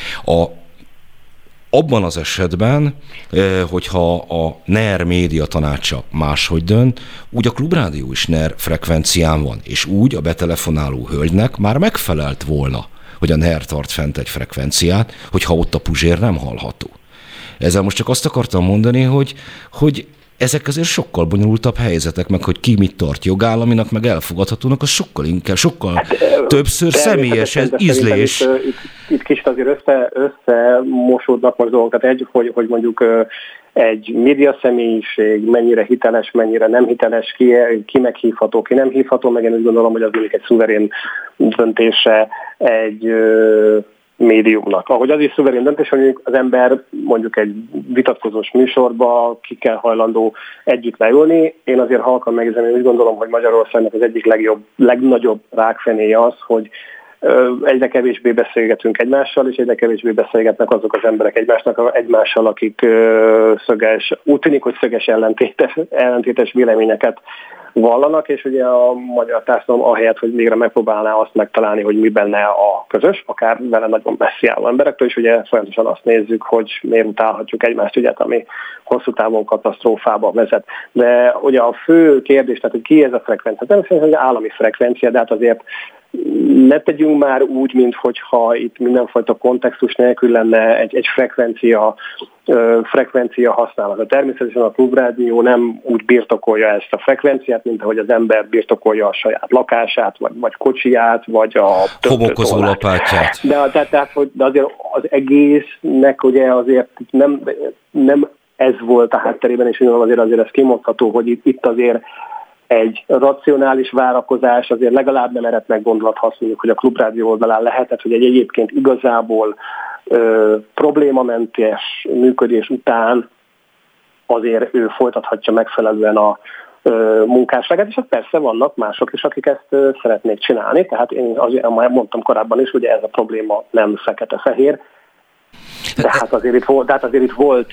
Abban az esetben, hogyha a NER média tanácsa máshogy dönt, úgy a Klubrádió is NER frekvencián van, és úgy a betelefonáló hölgynek már megfelelt volna, hogy a NER tart fent egy frekvenciát, hogyha ott a Puzsér nem hallható. Ezzel most csak azt akartam mondani, hogy ezek azért sokkal bonyolultabb helyzetek, meg hogy ki mit tart jogállaminak, meg elfogadhatónak, az sokkal többször személyes ízlés. Itt kicsit azért összemosódnak most dolgok. Tehát hogy mondjuk egy média személyiség mennyire hiteles, mennyire nem hiteles, ki meghívható, ki nem hívható, meg én úgy gondolom, hogy az mondjuk egy szuverén döntése egy médiumnak. Ahogy az is szuverén döntés, hogy az ember mondjuk egy vitatkozós műsorba ki kell hajlandó együtt leülni. Én azért halkan megjegyzem, én úgy gondolom, hogy Magyarországnak az egyik legnagyobb rákfenéje az, hogy egyre kevésbé beszélgetünk egymással, és egyre kevésbé beszélgetnek azok az emberek egymással, akik úgy tűnik, hogy szöges ellentétes véleményeket vallanak, és ugye a magyar társadalom ahelyett, hogy végre megpróbálná azt megtalálni, hogy mi benne a közös, akár vele nagyon messzi álló emberektől, és ugye folyamatosan azt nézzük, hogy miért utálhatjuk egymást ügyet, ami hosszú távon katasztrófába vezet. De ugye a fő kérdés, tehát hogy ki ez a frekvencia? Nem szerintem, hogy állami frekvencia, de hát azért ne tegyünk már úgy, minthogyha itt mindenfajta kontextus nélkül lenne egy frekvencia használata. Természetesen a Klubrádió nem úgy birtokolja ezt a frekvenciát, mint ahogy az ember birtokolja a saját lakását, vagy kocsiját, vagy a homokozó lapátját. De azért az egésznek ugye azért nem ez volt a hátterében, és azért ez kimondható, hogy itt azért egy racionális várakozás azért legalább nem eredt meg gondolat, ha azt mondjuk, hogy a Klubrádió oldalán lehetett, hogy egy egyébként igazából problémamentes működés után azért ő folytathatja megfelelően a munkásságát, és persze vannak mások is, akik ezt szeretnék csinálni, tehát én azért mondtam korábban is, hogy ez a probléma nem fekete-fehér, de hát azért itt volt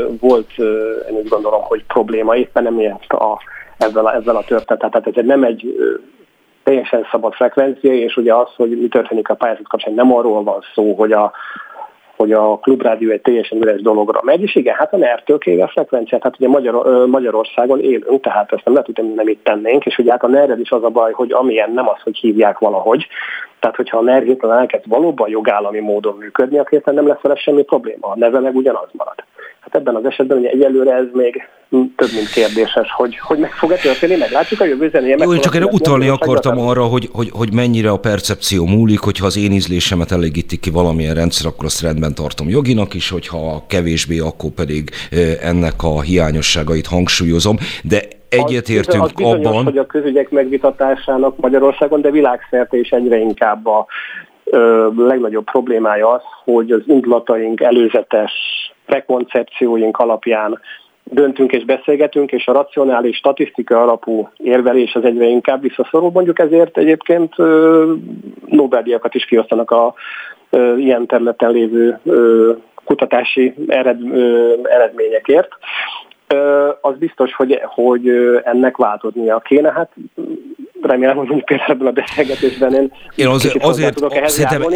én úgy gondolom, hogy probléma éppen emiatt ezzel a történetet. Tehát ez nem egy teljesen szabad frekvencia, és ugye az, hogy mi történik a pályázat kapcsán, nem arról van szó, hogy a Klubrádió egy teljesen üres dologra megy, és igen, hát a NER-től kéne a frekvenciát, hát ugye Magyarországon élünk, tehát ezt nem lehet, hogy nem itt tennénk, és ugye hát a NER-rel is az a baj, hogy amilyen nem az, hogy hívják valahogy, tehát hogyha a NER hirtelen elkezd valóban jogállami módon működni, akkor nem lesz vele semmi probléma, a neve meg ugyanaz marad. Hát ebben az esetben ugye egyelőre ez még több, mint kérdéses, hogy meg fog-e történni, meglátjuk a jövő zenéje. Jó, én csak erre utalni akartam arra, hogy mennyire a percepció múlik, hogyha az én ízlésemet elégítik ki valamilyen rendszer, akkor azt rendben tartom joginak is, hogyha kevésbé, akkor pedig ennek a hiányosságait hangsúlyozom, de egyetértünk az bizonyos, abban, hogy a közügyek megvitatásának Magyarországon, de világszerte is egyre inkább a legnagyobb problémája az, hogy az indulataink, előzetes prekoncepcióink alapján döntünk és beszélgetünk, és a racionális statisztika alapú érvelés az egyre inkább visszaszorul. Mondjuk ezért egyébként Nobel-díjakat is kiosztanak a ilyen területen lévő kutatási eredményekért. Az biztos, hogy ennek változnia kéne. Hát remélem, hogy például ebben a beszélgetésben én azért szerintem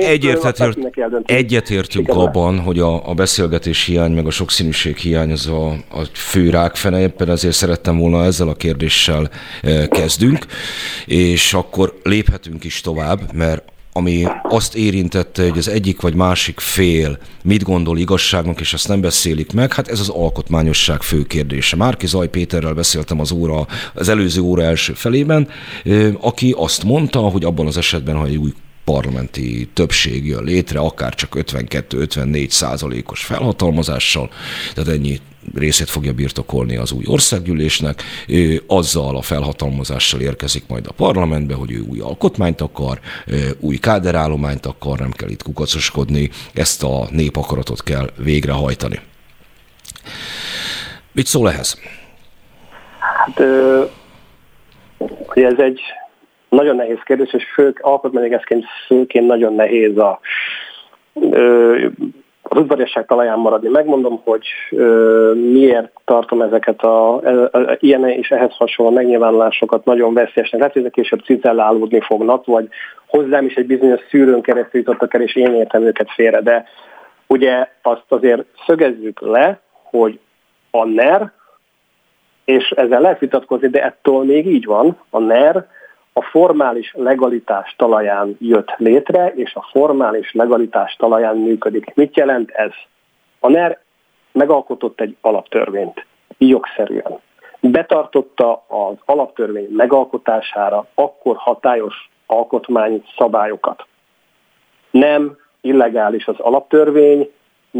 egyetértünk abban, hogy a beszélgetés hiány, meg a sokszínűség hiány az a fő rákfene, éppen ezért szerettem volna ezzel a kérdéssel kezdünk, és akkor léphetünk is tovább, mert ami azt érintette, hogy az egyik vagy másik fél mit gondol igazságnak, és azt nem beszélik meg, hát ez az alkotmányosság fő kérdése. Márki Zaj Péterrel beszéltem az előző óra első felében, aki azt mondta, hogy abban az esetben, ha egy új parlamenti többség jön létre, akár csak 52-54% felhatalmazással, tehát ennyi részét fogja birtokolni az új országgyűlésnek, azzal a felhatalmazással érkezik majd a parlamentbe, hogy ő új alkotmányt akar, új káderállományt akar, nem kell itt kukacoskodni, ezt a népakaratot kell végrehajtani. Mit szól ehhez? Hát, hogy ez egy nagyon nehéz kérdés, és alkotmányjogászként főként nagyon nehéz az udvariasság talaján maradni. Megmondom, hogy miért tartom ezeket ilyen és ehhez hasonló megnyilvánulásokat nagyon veszélyesnek. Lehet, hogy ezek később cizellálódni fognak, vagy hozzám is egy bizonyos szűrőn keresztül jutottak el, és én értem őket félre. De ugye azt azért szögezzük le, hogy a NER, és ezzel lehet vitatkozni, de ettől még így van, a NER a formális legalitás talaján jött létre, és a formális legalitás talaján működik. Mit jelent ez? A NER megalkotott egy alaptörvényt, jogszerűen. Betartotta az alaptörvény megalkotására akkor hatályos alkotmányszabályokat. Nem illegális az alaptörvény,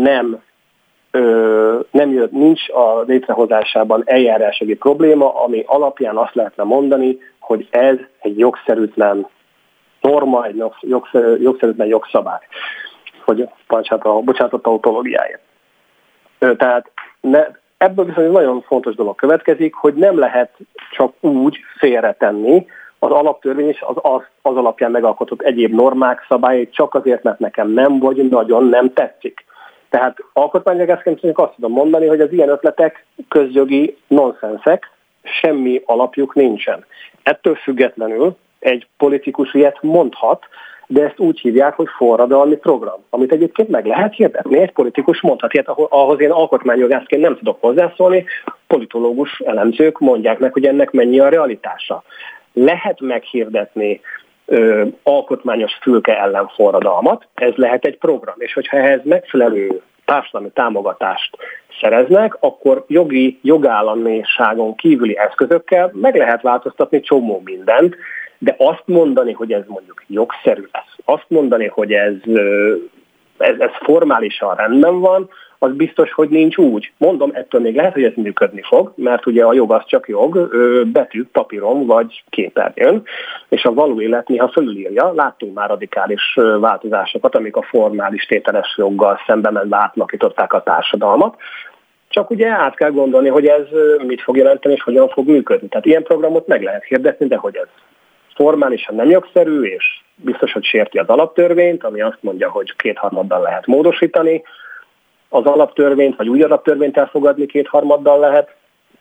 nincs a létrehozásában eljárásjogi probléma, ami alapján azt lehetne mondani, hogy ez egy jogszerűtlen norma, egy jogszerűtlen jogszabály. Hogy bocsánat a tautológiáért. Tehát ebből viszont egy nagyon fontos dolog következik, hogy nem lehet csak úgy félretenni, az alaptörvény is az alapján megalkotott egyéb normák, szabályait csak azért, mert nekem nem vagy nagyon nem tetszik. Tehát alkotmányjogászként azt tudom mondani, hogy az ilyen ötletek közjogi nonszenszek, semmi alapjuk nincsen. Ettől függetlenül egy politikus ilyet mondhat, de ezt úgy hívják, hogy forradalmi program, amit egyébként meg lehet hirdetni. Egy politikus mondhat ilyet, ahhoz én alkotmányjogászként nem tudok hozzászólni, politológus elemzők mondják meg, hogy ennek mennyi a realitása. Lehet meghirdetni alkotmányos fülke ellen forradalmat, ez lehet egy program, és hogyha ehhez megfelelő társadalmi támogatást szereznek, akkor jogállamiságon kívüli eszközökkel meg lehet változtatni csomó mindent, de azt mondani, hogy ez mondjuk jogszerű lesz, azt mondani, hogy ez formálisan rendben van, az biztos, hogy nincs úgy. Mondom, ettől még lehet, hogy ez működni fog, mert ugye a jog az csak jog, betűk papíron vagy képernyőn, és a való élet néha fölülírja. Láttunk már radikális változásokat, amik a formális tételes joggal szemben átalakították a társadalmat. Csak ugye át kell gondolni, hogy ez mit fog jelenteni, és hogyan fog működni. Tehát ilyen programot meg lehet hirdetni, de hogy ez formálisan nem jogszerű, és biztos, hogy sérti az alaptörvényt, ami azt mondja, hogy 2/3 lehet módosítani, az alaptörvényt, vagy új alaptörvényt elfogadni 2/3 lehet.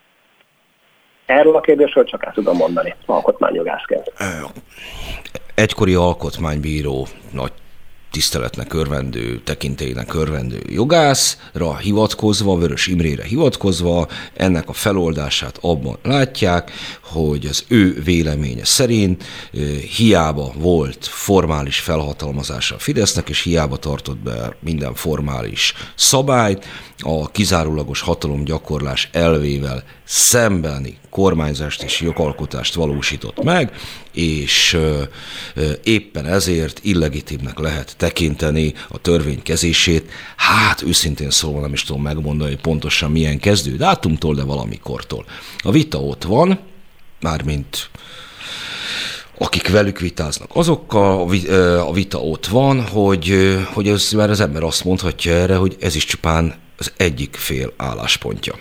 Erről a kérdésről csak el tudom mondani alkotmányjogászként. Egykori alkotmánybíró, nagy tiszteletnek örvendő, tekintélynek örvendő jogászra hivatkozva, Vörös Imrére hivatkozva, ennek a feloldását abban látják, hogy az ő véleménye szerint hiába volt formális felhatalmazása a Fidesznek, és hiába tartott be minden formális szabályt, a kizárólagos hatalomgyakorlás elvével szembeni kormányzást és jogalkotást valósított meg, és éppen ezért illegitimnek lehet tekinteni a törvénykezését. Hát őszintén szólva nem is tudom megmondani, hogy pontosan milyen kezdő dátumtól, de valamikortól. A vita ott van, mármint akik velük vitáznak, azokkal a vita ott van, hogy ez már az ember azt mondhatja erre, hogy ez is csupán az egyik fél álláspontja.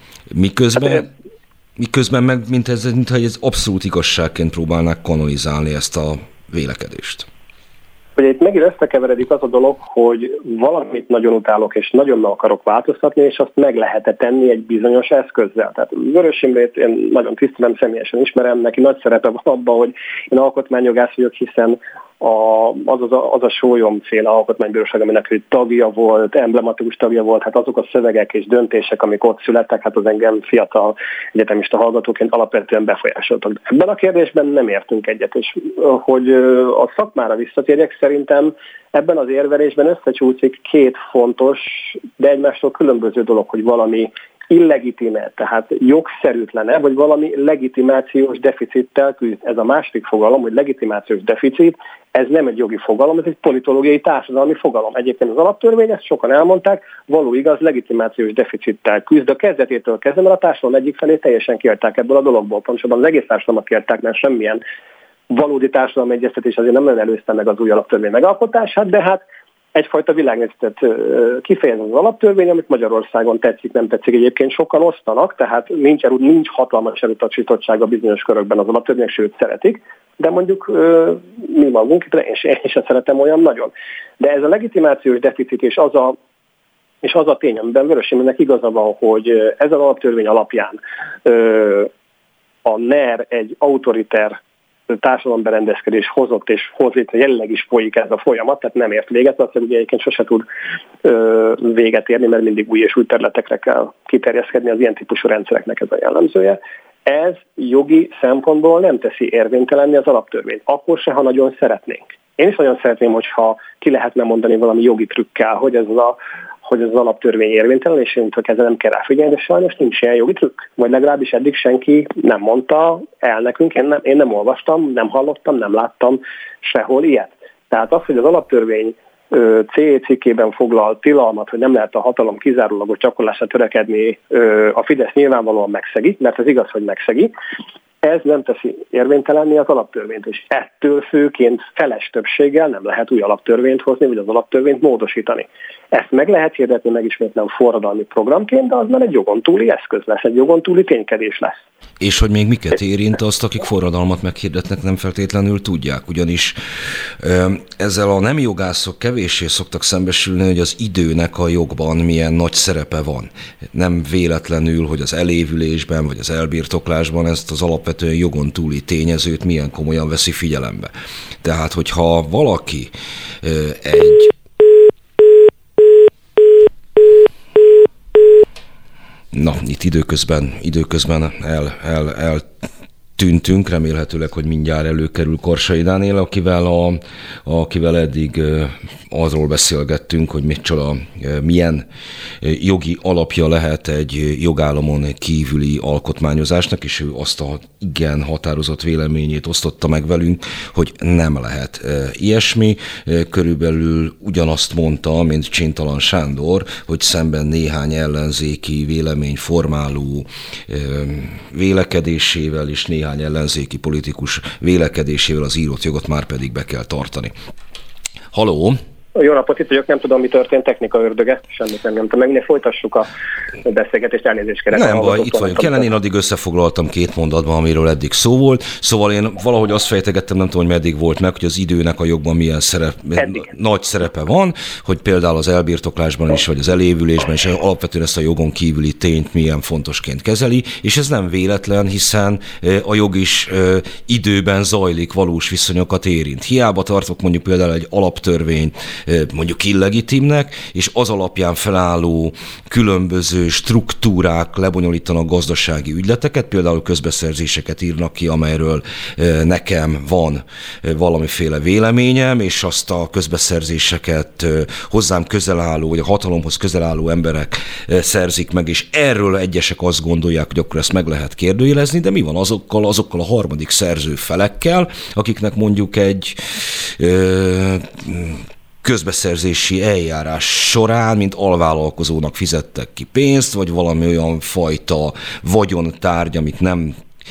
Miközben meg, mintha ez abszolút igazságként próbálnák kanonizálni ezt a vélekedést. Ugye itt megint összekeveredik az a dolog, hogy valamit nagyon utálok, és nagyon meg akarok változtatni, és azt meg lehet az egy bizonyos eszközzel. Tehát Vörös Imrét én nagyon tisztelem, személyesen ismerem, neki nagy szerepe van abban, hogy én alkotmányjogász vagyok, hiszen az a sólyomféle alkotmánybíróság, aminek ő tagja volt, emblematikus tagja volt, hát azok a szövegek és döntések, amik ott születtek, hát az engem fiatal egyetemista hallgatóként alapvetően befolyásoltak. Ebben a kérdésben nem értünk egyet, és hogy a szakmára visszatérjek, szerintem ebben az érvelésben összecsúszik két fontos, de egymástól különböző dolog, hogy valami illegitime, tehát jogszerűtlene, vagy valami legitimációs deficittel küzd. Ez a második fogalom, hogy legitimációs deficit, ez nem egy jogi fogalom, ez egy politológiai társadalmi fogalom. Egyébként az alaptörvény, ezt sokan elmondták, való igaz, legitimációs deficittel küzd. A kezdetétől kezdve, mert a társadalom egyik felé teljesen kiadták ebből a dologból. Pontosabban az egész társadalmat kiadták, mert semmilyen valódi társadalmi egyeztetés azért nem előzte meg az új alaptörvény megalkotását, de hát egyfajta világnézetet kifejez az alaptörvény, amit Magyarországon tetszik, nem tetszik. Egyébként sokan osztanak, tehát nincs hatalmas elutasítottsága bizonyos körökben az alaptörvények, sőt szeretik, de mondjuk mi magunk, én sem szeretem olyan nagyon. De ez a legitimációs deficit és az a tény, amiben Vörös Imrének igaza van, hogy ez az alaptörvény alapján a NER egy autoriter társadalomberendezkedés hozott és hoz létre, jelenleg is folyik ez a folyamat, tehát nem ért véget, azt ugye egyébként sose tud véget érni, mert mindig új és új területekre kell kiterjeszkedni, az ilyen típusú rendszereknek ez a jellemzője. Ez jogi szempontból nem teszi érvénytelenni az alaptörvényt, akkor se, ha nagyon szeretnénk. Én is nagyon szeretném, hogyha ki lehetne mondani valami jogi trükkel, hogy ez az alaptörvény érvénytelen, és én ezzel nem kell ráfigyelni, de sajnos nincs ilyen jogi trükk. Vagy legalábbis eddig senki nem mondta el nekünk, én nem olvastam, nem hallottam, nem láttam sehol ilyet. Tehát az, hogy az alaptörvény C cikkében foglalt tilalmat, hogy nem lehet a hatalom kizárólagos gyakorlásra törekedni, a Fidesz nyilvánvalóan megszegi, mert ez igaz, hogy megszegi, Ez nem teszi érvénytelenné az alaptörvényt, és ettől főként feles többséggel nem lehet új alaptörvényt hozni, vagy az alaptörvényt módosítani. Ezt meg lehet hirdetni megismétlen forradalmi programként, de az már egy jogon túli eszköz lesz, egy jogon túli ténykedés lesz. És hogy még miket érint, azt, akik forradalmat meghirdetnek, nem feltétlenül tudják, ugyanis ezzel a nem jogászok kevéssé szoktak szembesülni, hogy az időnek a jogban milyen nagy szerepe van. Nem véletlenül, hogy az elévülésben vagy az elbirtoklásban ezt az alapvetően jogon túli tényezőt milyen komolyan veszi figyelembe. Tehát, hogyha valaki Na, itt időközben eltűntünk, remélhetőleg, hogy mindjárt előkerül Karsai Dániel, akivel eddig arról beszélgettünk, hogy milyen jogi alapja lehet egy jogállamon kívüli alkotmányozásnak, és ő azt a igen határozott véleményét osztotta meg velünk, hogy nem lehet ilyesmi. Körülbelül ugyanazt mondta, mint Csintalan Sándor, hogy szemben néhány ellenzéki véleményformáló vélekedésével és néhány ellenzéki politikus vélekedésével az írott jogot már pedig be kell tartani. Halló! Jó napot, itt vagyok, nem tudom, mi történt, technika ördöge, semmit nem nyomtam meg, folytassuk a beszélgetést, elnézést kérek. Nem baj, itt vagyok jelen, én addig összefoglaltam 2 mondatban, amiről eddig szó volt, szóval én valahogy azt fejtegettem, nem tudom, hogy meddig volt meg, hogy az időnek a jogban milyen nagy szerepe van, hogy például az elbirtoklásban is, vagy az elévülésben is alapvetően ezt a jogon kívüli tényt milyen fontosként kezeli, és ez nem véletlen, hiszen a jog is időben zajlik, valós viszonyokat érint. Hiába tartok mondjuk például egy alaptörvény mondjuk illegitimnek, és az alapján felálló különböző struktúrák lebonyolítanak gazdasági ügyleteket, például közbeszerzéseket írnak ki, amelyről nekem van valamiféle véleményem, és azt a közbeszerzéseket hozzám közel álló, vagy a hatalomhoz közel álló emberek szerzik meg, és erről egyesek azt gondolják, hogy akkor ezt meg lehet kérdőjelezni, de mi van azokkal a harmadik szerző felekkel, akiknek mondjuk egy közbeszerzési eljárás során, mint alvállalkozónak fizettek ki pénzt, vagy valami olyan fajta vagyontárgy, amit nem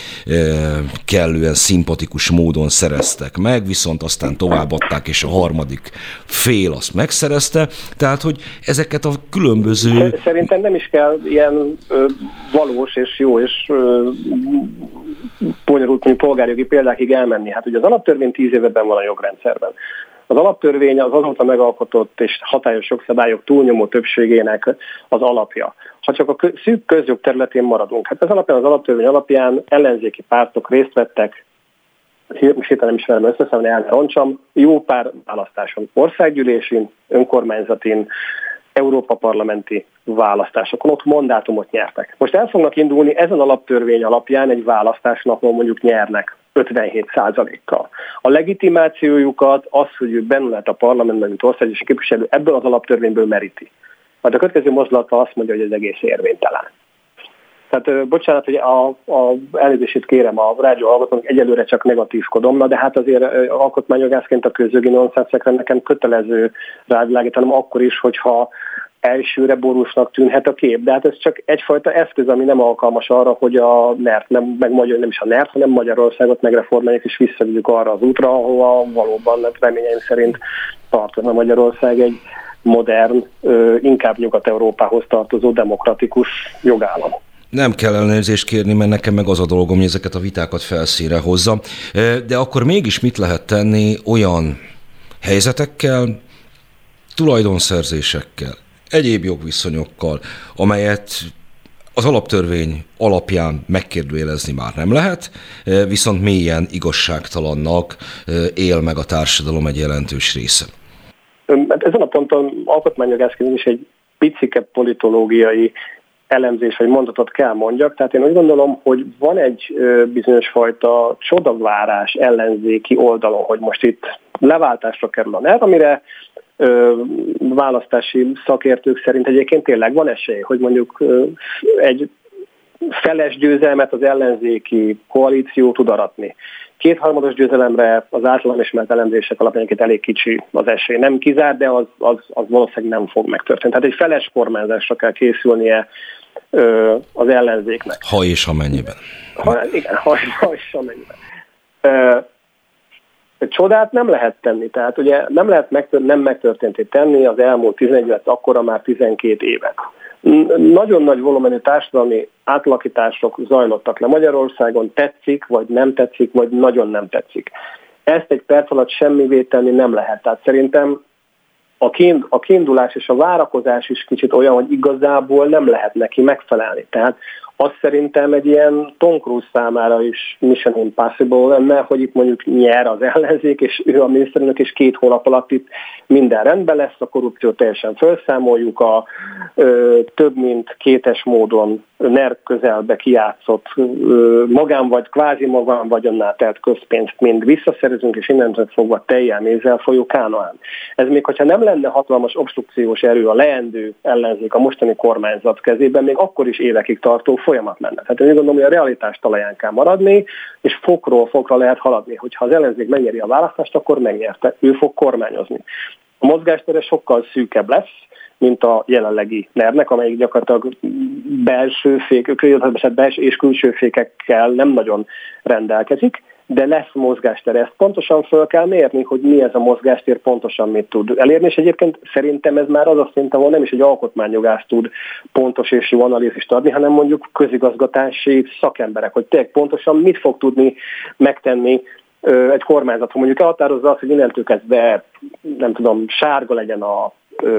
kellően szimpatikus módon szereztek meg, viszont aztán továbbadták, és a harmadik fél azt megszerezte. Tehát, hogy ezeket a különböző... Szerintem nem is kell ilyen valós és jó és bonyolult polgárjogi példákig elmenni. Hát ugye az alaptörvény 10 évben van a jogrendszerben. Az alaptörvény az azóta megalkotott és hatályos jogszabályok túlnyomó többségének az alapja. Ha csak a szűk közjog területén maradunk, hát ez alapján az alaptörvény alapján ellenzéki pártok részt vettek, most nem ismerem összeszámolni, elroncsam, jó pár választáson, országgyűlésén, önkormányzatin, Európa parlamenti választásokon, ott mandátumot nyertek. Most el fognak indulni ezen alaptörvény alapján egy választásnapon mondjuk nyernek 57%-kal. A legitimációjukat az, hogy ő benne lehet a parlamentben, mint országgyűlési képviselő, ebből az alaptörvényből meríti. Majd a következő mozdulata azt mondja, hogy ez egész érvénytelen. Tehát bocsánat, hogy a elnézését kérem a rádió hallgatónak, egyelőre csak negatívkodom, de hát azért alkotmányjogászként a közjogi nonszenszekre nekem kötelező rávilágítanom akkor is, hogyha elsőre borúsnak tűnhet a kép. De hát ez csak egyfajta eszköz, ami nem alkalmas arra, hogy a NERT, nem is a NERT, hanem Magyarországot megreformáljuk és visszavigyük arra az útra, ahova valóban reményeim szerint tartozna Magyarország egy modern, inkább Nyugat-Európához tartozó demokratikus jogállam. Nem kell ellenőrzést kérni, mert nekem meg az a dolgom, hogy ezeket a vitákat felszínre hozza. De akkor mégis mit lehet tenni olyan helyzetekkel, tulajdonszerzésekkel, egyéb jogviszonyokkal, amelyet az alaptörvény alapján megkérdőjelezni már nem lehet, viszont mélyen igazságtalannak él meg a társadalom egy jelentős része. Ezen a ponton alkotmányjogászként is egy picike politológiai elemzés vagy mondatot kell mondjak. Tehát én úgy gondolom, hogy van egy bizonyos fajta csodavárás ellenzéki oldalon, hogy most itt leváltásra kerül a NER, amire választási szakértők szerint egyébként tényleg van esély, hogy mondjuk egy feles győzelmet az ellenzéki koalíció tud aratni. 2/3 győzelemre az általam ismert elemzések alapján elég kicsi az esély. Nem kizár, de az valószínűleg nem fog megtörténni. Tehát egy feles kormányzásra kell készülnie az ellenzéknek. Ha és amennyiben. Ha és amennyiben. Csodát nem lehet tenni, tehát ugye nem lehet nem megtörténté tenni az elmúlt 11 évet, akkora már 12 évet. Nagyon nagy volumenű társadalmi átalakítások zajlottak le Magyarországon, tetszik, vagy nem tetszik, vagy nagyon nem tetszik. Ezt egy perc alatt semmivé tenni nem lehet. Tehát szerintem a kiindulás és a várakozás is kicsit olyan, hogy igazából nem lehet neki megfelelni. Tehát azt szerintem egy ilyen Tom Cruise számára is Mission Impossible lenne, hogy itt mondjuk nyer az ellenzék, és ő a miniszterelnök, és 2 hónap alatt itt minden rendben lesz, a korrupciót teljesen felszámoljuk, a több mint kétes módon NER közelbe kijátszott magán vagy kvázi magán vagyonnál telt közpénzt mind visszaszerezünk, és innentől fogva teljel mézzel folyó Kánaán. Ez még hogyha nem lenne hatalmas obstrukciós erő a leendő ellenzék a mostani kormányzat kezében, még akkor is évekig tartó folyamat lenne. Tehát én gondolom, hogy a realitás talaján kell maradni, és fokról fokra lehet haladni. Hogyha az ellenzék megnyeri a választást, akkor megnyerte. Ő fog kormányozni. A mozgástere sokkal szűkebb lesz, mint a jelenlegi NER-nek, amelyik gyakorlatilag belső és külső fékekkel nem nagyon rendelkezik, de lesz mozgástér. Ezt pontosan föl kell mérni, hogy mi ez a mozgástér, pontosan mit tud elérni, és egyébként szerintem ez már az a szint, ahol nem is egy alkotmányjogász tud pontos és jó analízist adni, hanem mondjuk közigazgatási szakemberek, hogy tényleg pontosan mit fog tudni megtenni egy kormányzat, ha mondjuk elhatározza azt, hogy innentől kezdve, nem tudom, sárga legyen a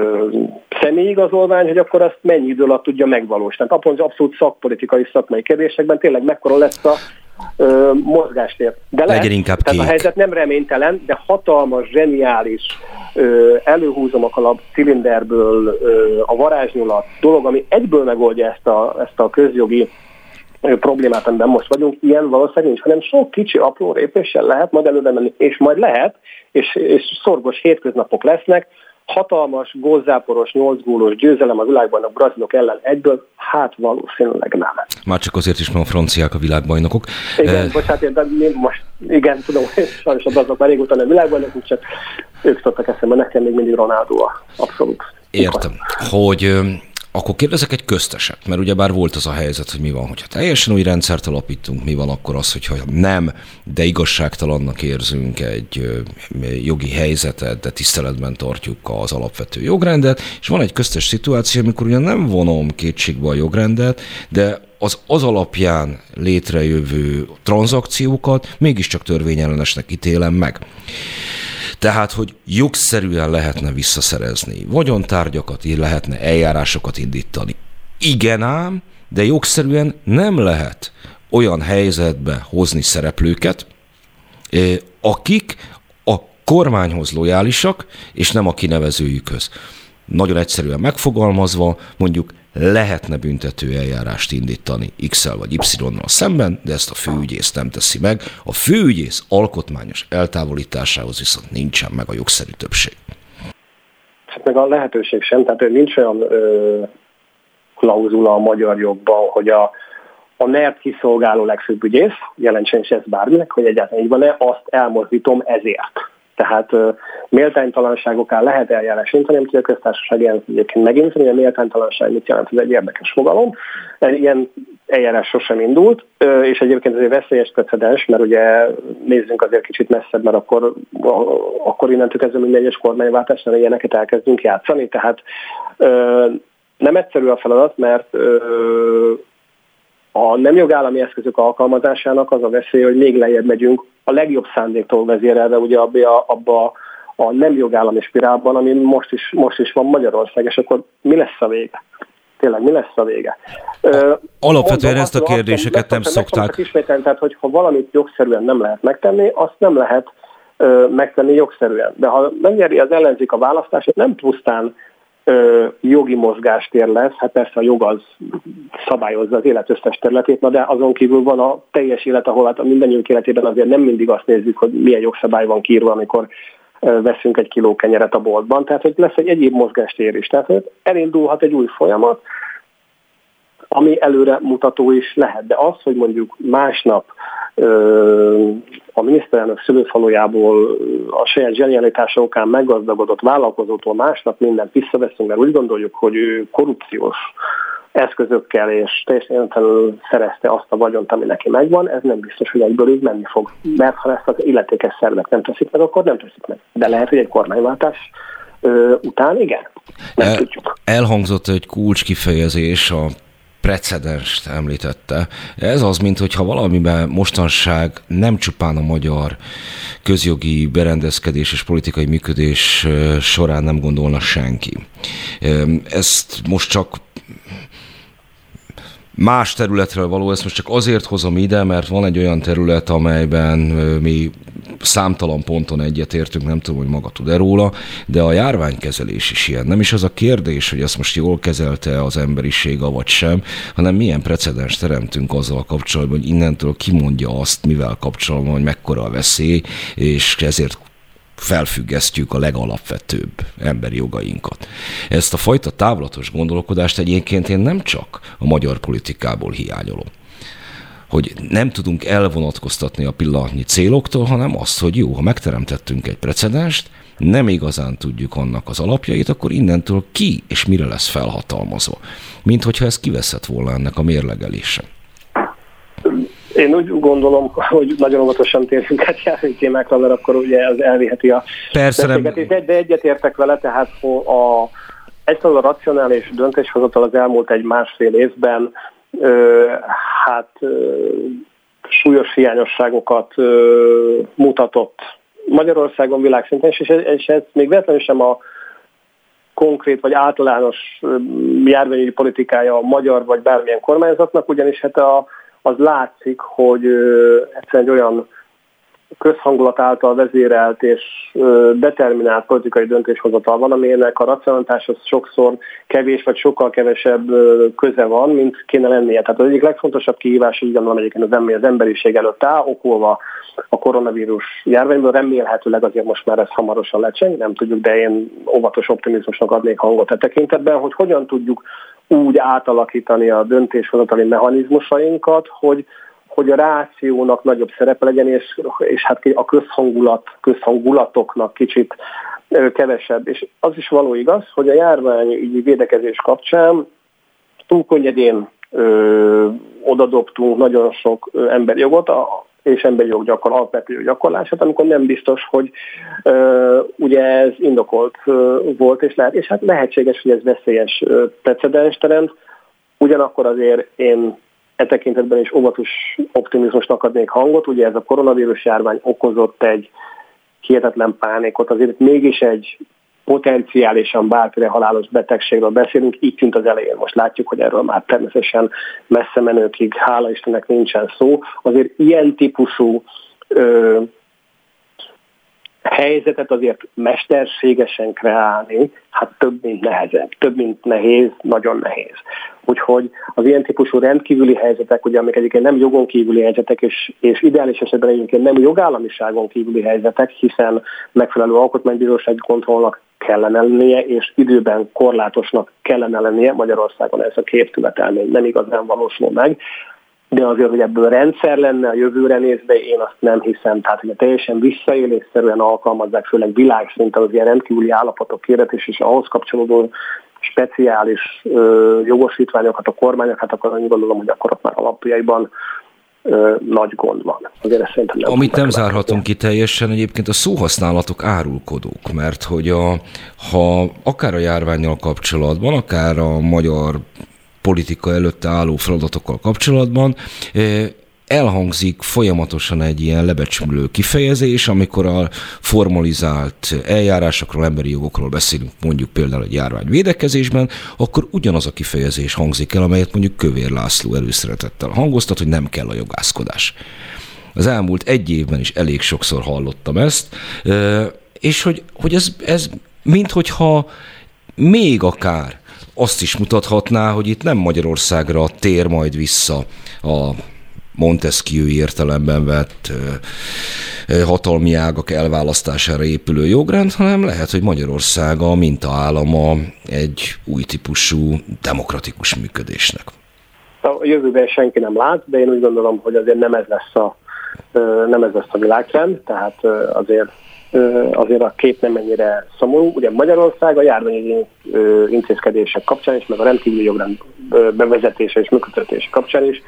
személyigazolvány, hogy akkor azt mennyi idő alatt tudja megvalósítani. Tehát abszolút szakpolitikai, szakmai kérdésekben tényleg mekkora lesz a mozgástér. De legyen inkább tehát a helyzet nem reménytelen, de hatalmas, zseniális, előhúzom a kalap cilinderből a varázsnyulat dolog, ami egyből megoldja ezt a közjogi problémát, amiben most vagyunk, ilyen valószínűleg nincs, hanem sok kicsi, apró lépéssel lehet majd előre menni, és majd lehet, és szorgos hétköznapok lesznek, hatalmas, gólzáporos, 8 gólos győzelem a világbajnok brazilok ellen egyből, hát valószínűleg nem. Már csak azért is, mert a franciák a világbajnokok. Igen, bocsánat, de most igen, tudom, sajnos a brazilok már régóta nem világbajnokok, csak ők szoktak eszembe, nekem még mindig Ronaldo abszolút. Értem, hogy akkor kérdezek egy közteset, mert ugyebár volt az a helyzet, hogy mi van, hogyha teljesen új rendszert alapítunk, mi van akkor az, hogyha nem, de igazságtalannak érzünk egy jogi helyzetet, de tiszteletben tartjuk az alapvető jogrendet, és van egy köztes szituáció, amikor ugyan nem vonom kétségbe a jogrendet, de az alapján létrejövő tranzakciókat mégiscsak törvényellenesnek ítélem meg. Tehát, hogy jogszerűen lehetne visszaszerezni vagyontárgyakat, lehetne eljárásokat indítani. Igen ám, de jogszerűen nem lehet olyan helyzetbe hozni szereplőket, akik a kormányhoz lojálisak, és nem a kinevezőjükhöz. Nagyon egyszerűen megfogalmazva, mondjuk lehetne büntető eljárást indítani X-el vagy Y-nal szemben, de ezt a főügyész nem teszi meg. A főügyész alkotmányos eltávolításához viszont nincsen meg a jogszerű többség. Hát meg a lehetőség sem, tehát nincs olyan klauzula a magyar jogban, hogy a NER-t kiszolgáló legfőbb ügyész, jelentsen is ez bárminek, hogy egyáltalán így van-e, azt elmozdítom ezért. Tehát méltánytalanságokán lehet eljárás indítani, amit a köztársaság egyébként megindítani, a méltánytalanság mit jelent, ez egy érdekes fogalom. Ilyen eljárás sosem indult, és egyébként ez egy veszélyes precedens, mert ugye nézzünk azért kicsit messzebb, mert akkor innentől kezdve minden egyes kormányváltásnál ilyeneket elkezdünk játszani, tehát nem egyszerű a feladat, mert a nem jogállami eszközök alkalmazásának az a veszély, hogy még lejjebb megyünk a legjobb szándéktól vezérelve ugye abba a nem jogállami spirálban, ami most is van Magyarország, és akkor mi lesz a vége? Tényleg, mi lesz a vége? Alapvetően ezt a kérdéseket nem szokták. Ismételni, tehát, hogy ha valamit jogszerűen nem lehet megtenni, azt nem lehet megtenni jogszerűen. De ha megnyeri az ellenzék a választást, nem pusztán jogi mozgástér lesz, hát persze a jog az szabályozza az élet összes területét, de azon kívül van a teljes élet, ahol hát a mindannyiunk életében azért nem mindig azt nézzük, hogy milyen jogszabály van kiírva, amikor veszünk egy kiló kenyeret a boltban, tehát hogy lesz egy egyéb mozgástér is. Tehát elindulhat egy új folyamat, ami előre mutató is lehet, de az, hogy mondjuk másnap a miniszterelnök szülőfalujából a saját zsenialitása okán meggazdagodott vállalkozótól másnap mindent visszaveszünk, mert úgy gondoljuk, hogy ő korrupciós eszközökkel és teljesen értelemben szerezte azt a vagyont, ami neki megvan, ez nem biztos, hogy egyből így menni fog. Mert ha ezt az illetékes szervek nem teszik meg, akkor nem teszik meg. De lehet, hogy egy kormányváltás után igen. Nem tudjuk. Elhangzott egy kulcs kifejezés, a precedenst említette. Ez az, mintha valamiben mostanság nem csupán a magyar közjogi berendezkedés és politikai működés során nem gondolna senki. Ezt most csak más területről való, ezt most csak azért hozom ide, mert van egy olyan terület, amelyben mi számtalan ponton egyetértünk, nem tudom, hogy maga tud-e róla, de a járványkezelés is ilyen. Nem is az a kérdés, hogy ezt most jól kezelte az emberiség, vagy sem, hanem milyen precedens teremtünk azzal kapcsolatban, hogy innentől kimondja azt, mivel kapcsolatban, hogy mekkora a veszély, és ezért felfüggesztjük a legalapvetőbb emberi jogainkat. Ezt a fajta távlatos gondolkodást egyébként én nem csak a magyar politikából hiányolom. Hogy nem tudunk elvonatkoztatni a pillanatnyi céloktól, hanem azt, hogy jó, ha megteremtettünk egy precedenst, nem igazán tudjuk annak az alapjait, akkor innentől ki és mire lesz felhatalmazva. Mint hogyha ez kiveszett volna ennek a mérlegelése. Én úgy gondolom, hogy nagyon óvatosan térünk át járni témákra, mert akkor ugye ez elviheti a beszélgetést, de egyetértek vele, tehát egyszerűen a racionális döntéshozatal az elmúlt egy-másfél évben súlyos hiányosságokat mutatott Magyarországon, világszinten, és ez még véletlenül sem a konkrét vagy általános járványügyi politikája a magyar vagy bármilyen kormányzatnak, ugyanis az látszik, hogy egyszerűen egy olyan közhangulat által vezérelt és determinált politikai döntéshozatal van, aminek a racionalitáshoz sokszor kevés vagy sokkal kevesebb köze van, mint kéne lennie. Tehát az egyik legfontosabb kihívás, így gondolom egyébként az emberiség előtt áll, okolva a koronavírus járványből, remélhetőleg azért most már ez hamarosan lecseng, nem tudjuk, de én óvatos optimizmusnak adnék hangot e tekintetben, hogy hogyan tudjuk úgy átalakítani a döntéshozatali mechanizmusainkat, hogy a rációnak nagyobb szerepe legyen, és hát a közhangulatoknak kicsit kevesebb. És az is való igaz, hogy a járványügyi védekezés kapcsán túl könnyedén odadobtunk nagyon sok emberi jogot, és emberi alapvető joggyakorlását, amikor nem biztos, hogy ugye ez indokolt volt, és hát lehetséges, hogy ez veszélyes precedens teremt. Ugyanakkor azért én e tekintetben is óvatos optimizmusnak adnék hangot. Ugye ez a koronavírus járvány okozott egy hihetetlen pánikot, azért mégis egy potenciálisan bármiféle halálos betegségről beszélünk, így tűnt az elején. Most látjuk, hogy erről már természetesen messze menőkig, hála Istennek nincsen szó. Azért ilyen típusú helyzetet azért mesterségesen kreálni, hát több mint nehezebb, több mint nehéz, nagyon nehéz. Úgyhogy az ilyen típusú rendkívüli helyzetek, ugye, amik egyébként nem jogon kívüli helyzetek, és ideális esetben egyébként nem jogállamiságon kívüli helyzetek, hiszen megfelelő alkotmánybírósági kontrollnak kellene lennie, és időben korlátosnak kellene lennie. Magyarországon ez a két követelmény nem igazán valósul meg, de azért, hogy ebből rendszer lenne a jövőre nézve, én azt nem hiszem. Tehát, hogy teljesen visszaélésszerűen alkalmazzák, főleg világszinten az ilyen rendkívüli állapotok hirdetés és ahhoz kapcsolódó speciális jogosítványokat a kormányok, hát akkor én gondolom, hogy akkor ott már alapjaiban nagy gond van. Azért szerintem nem. Amit nem zárhatunk ki teljesen, egyébként a szóhasználatok árulkodók, mert hogy ha akár a járvánnyal kapcsolatban, akár a magyar politika előtte álló feladatokkal kapcsolatban elhangzik folyamatosan egy ilyen lebecsülő kifejezés, amikor a formalizált eljárásokról, emberi jogokról beszélünk, mondjuk például egy járványvédekezésben, akkor ugyanaz a kifejezés hangzik el, amelyet mondjuk Kövér László előszeretettel hangoztat, hogy nem kell a jogászkodás. Az elmúlt egy évben is elég sokszor hallottam ezt, és hogy ez minthogyha még akár azt is mutathatná, hogy itt nem Magyarországra tér majd vissza a Montesquieu értelemben vett hatalmi ágak elválasztására épülő jogrend, hanem lehet, hogy Magyarország a mintaállama egy új típusú demokratikus működésnek. A jövőben senki nem lát, de én úgy gondolom, hogy azért nem ez lesz a világtrend, tehát azért azért a kép nem ennyire szomorú. Ugye Magyarország a járványi intézkedések kapcsán is, meg a rendkívüli jogrend bevezetése és működtetése kapcsán is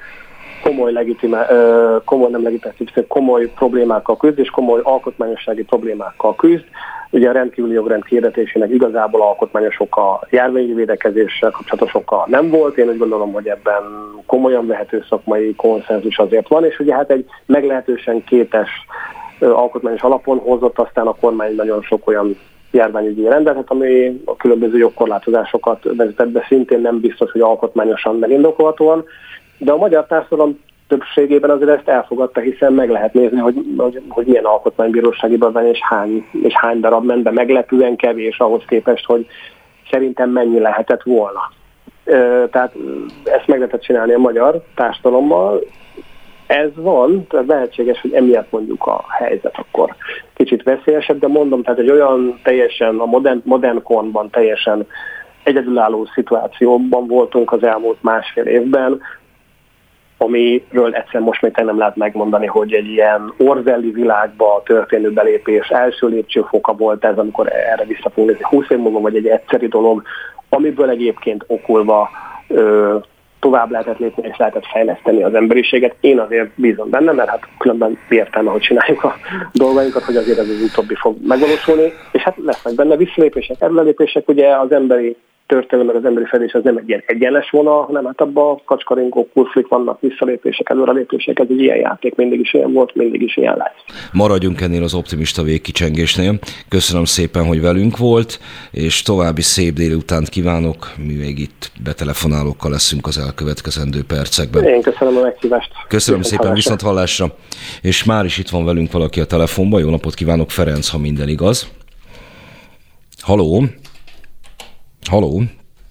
komoly problémákkal küzd, és komoly alkotmányossági problémákkal küzd. Ugye a rendkívüli jogrend hirdetésének igazából alkotmányos oka, járványi védekezéssel kapcsolatos oka nem volt. Én úgy gondolom, hogy ebben komolyan vehető szakmai konszenzus azért van, és ugye hát egy meglehetősen kétes alkotmányos alapon hozott aztán a kormány nagyon sok olyan járványügyi rendeletet, ami a különböző jogkorlátozásokat vezetett be, szintén nem biztos, hogy alkotmányosan megindokolhatóan, de a magyar társadalom többségében azért ezt elfogadta, hiszen meg lehet nézni, hogy milyen alkotmánybírósági beadvány és hány darab ment be, meglepően kevés ahhoz képest, hogy szerintem mennyi lehetett volna. Tehát ezt meg lehetett csinálni a magyar társadalommal. Ez van, tehát lehetséges, hogy emiatt mondjuk a helyzet akkor kicsit veszélyesebb, de mondom, tehát egy olyan teljesen a modern korban teljesen egyedülálló szituációban voltunk az elmúlt másfél évben, amiről egyszer most még nem lehet megmondani, hogy egy ilyen orwelli világba történő belépés első lépcsőfoka volt ez, amikor erre vissza fogunk nézni 20 év múlva, vagy egy egyszeri dolog, amiből egyébként okulva tovább lehetett lépni és lehetett fejleszteni az emberiséget. Én azért bízom benne, mert hát különben értelme, hogy csináljuk a dolgainkat, hogy azért ez az utóbbi fog megvalósulni, és hát lesznek benne visszalépések, előrelépések, ugye az emberi történelem, meg az emberi fejlődés az nem egy ilyen egyenes vonal, hanem hát abban a kacskaringó kurflik vannak, visszalépések, előrelépések, ez egy ilyen játék, mindig is ilyen volt, mindig is ilyen lesz. Maradjunk ennél az optimista végkicsengésnél. Köszönöm szépen, hogy velünk volt, és további szép délutánt kívánok, mi még itt betelefonálókkal leszünk az elkövetkezendő percekben. Én köszönöm a meghívást. Köszönöm szépen, viszont hallásra. És már is itt van velünk valaki a telefonban. Jó napot kívánok, Ferenc, ha minden igaz. Haló? Haló?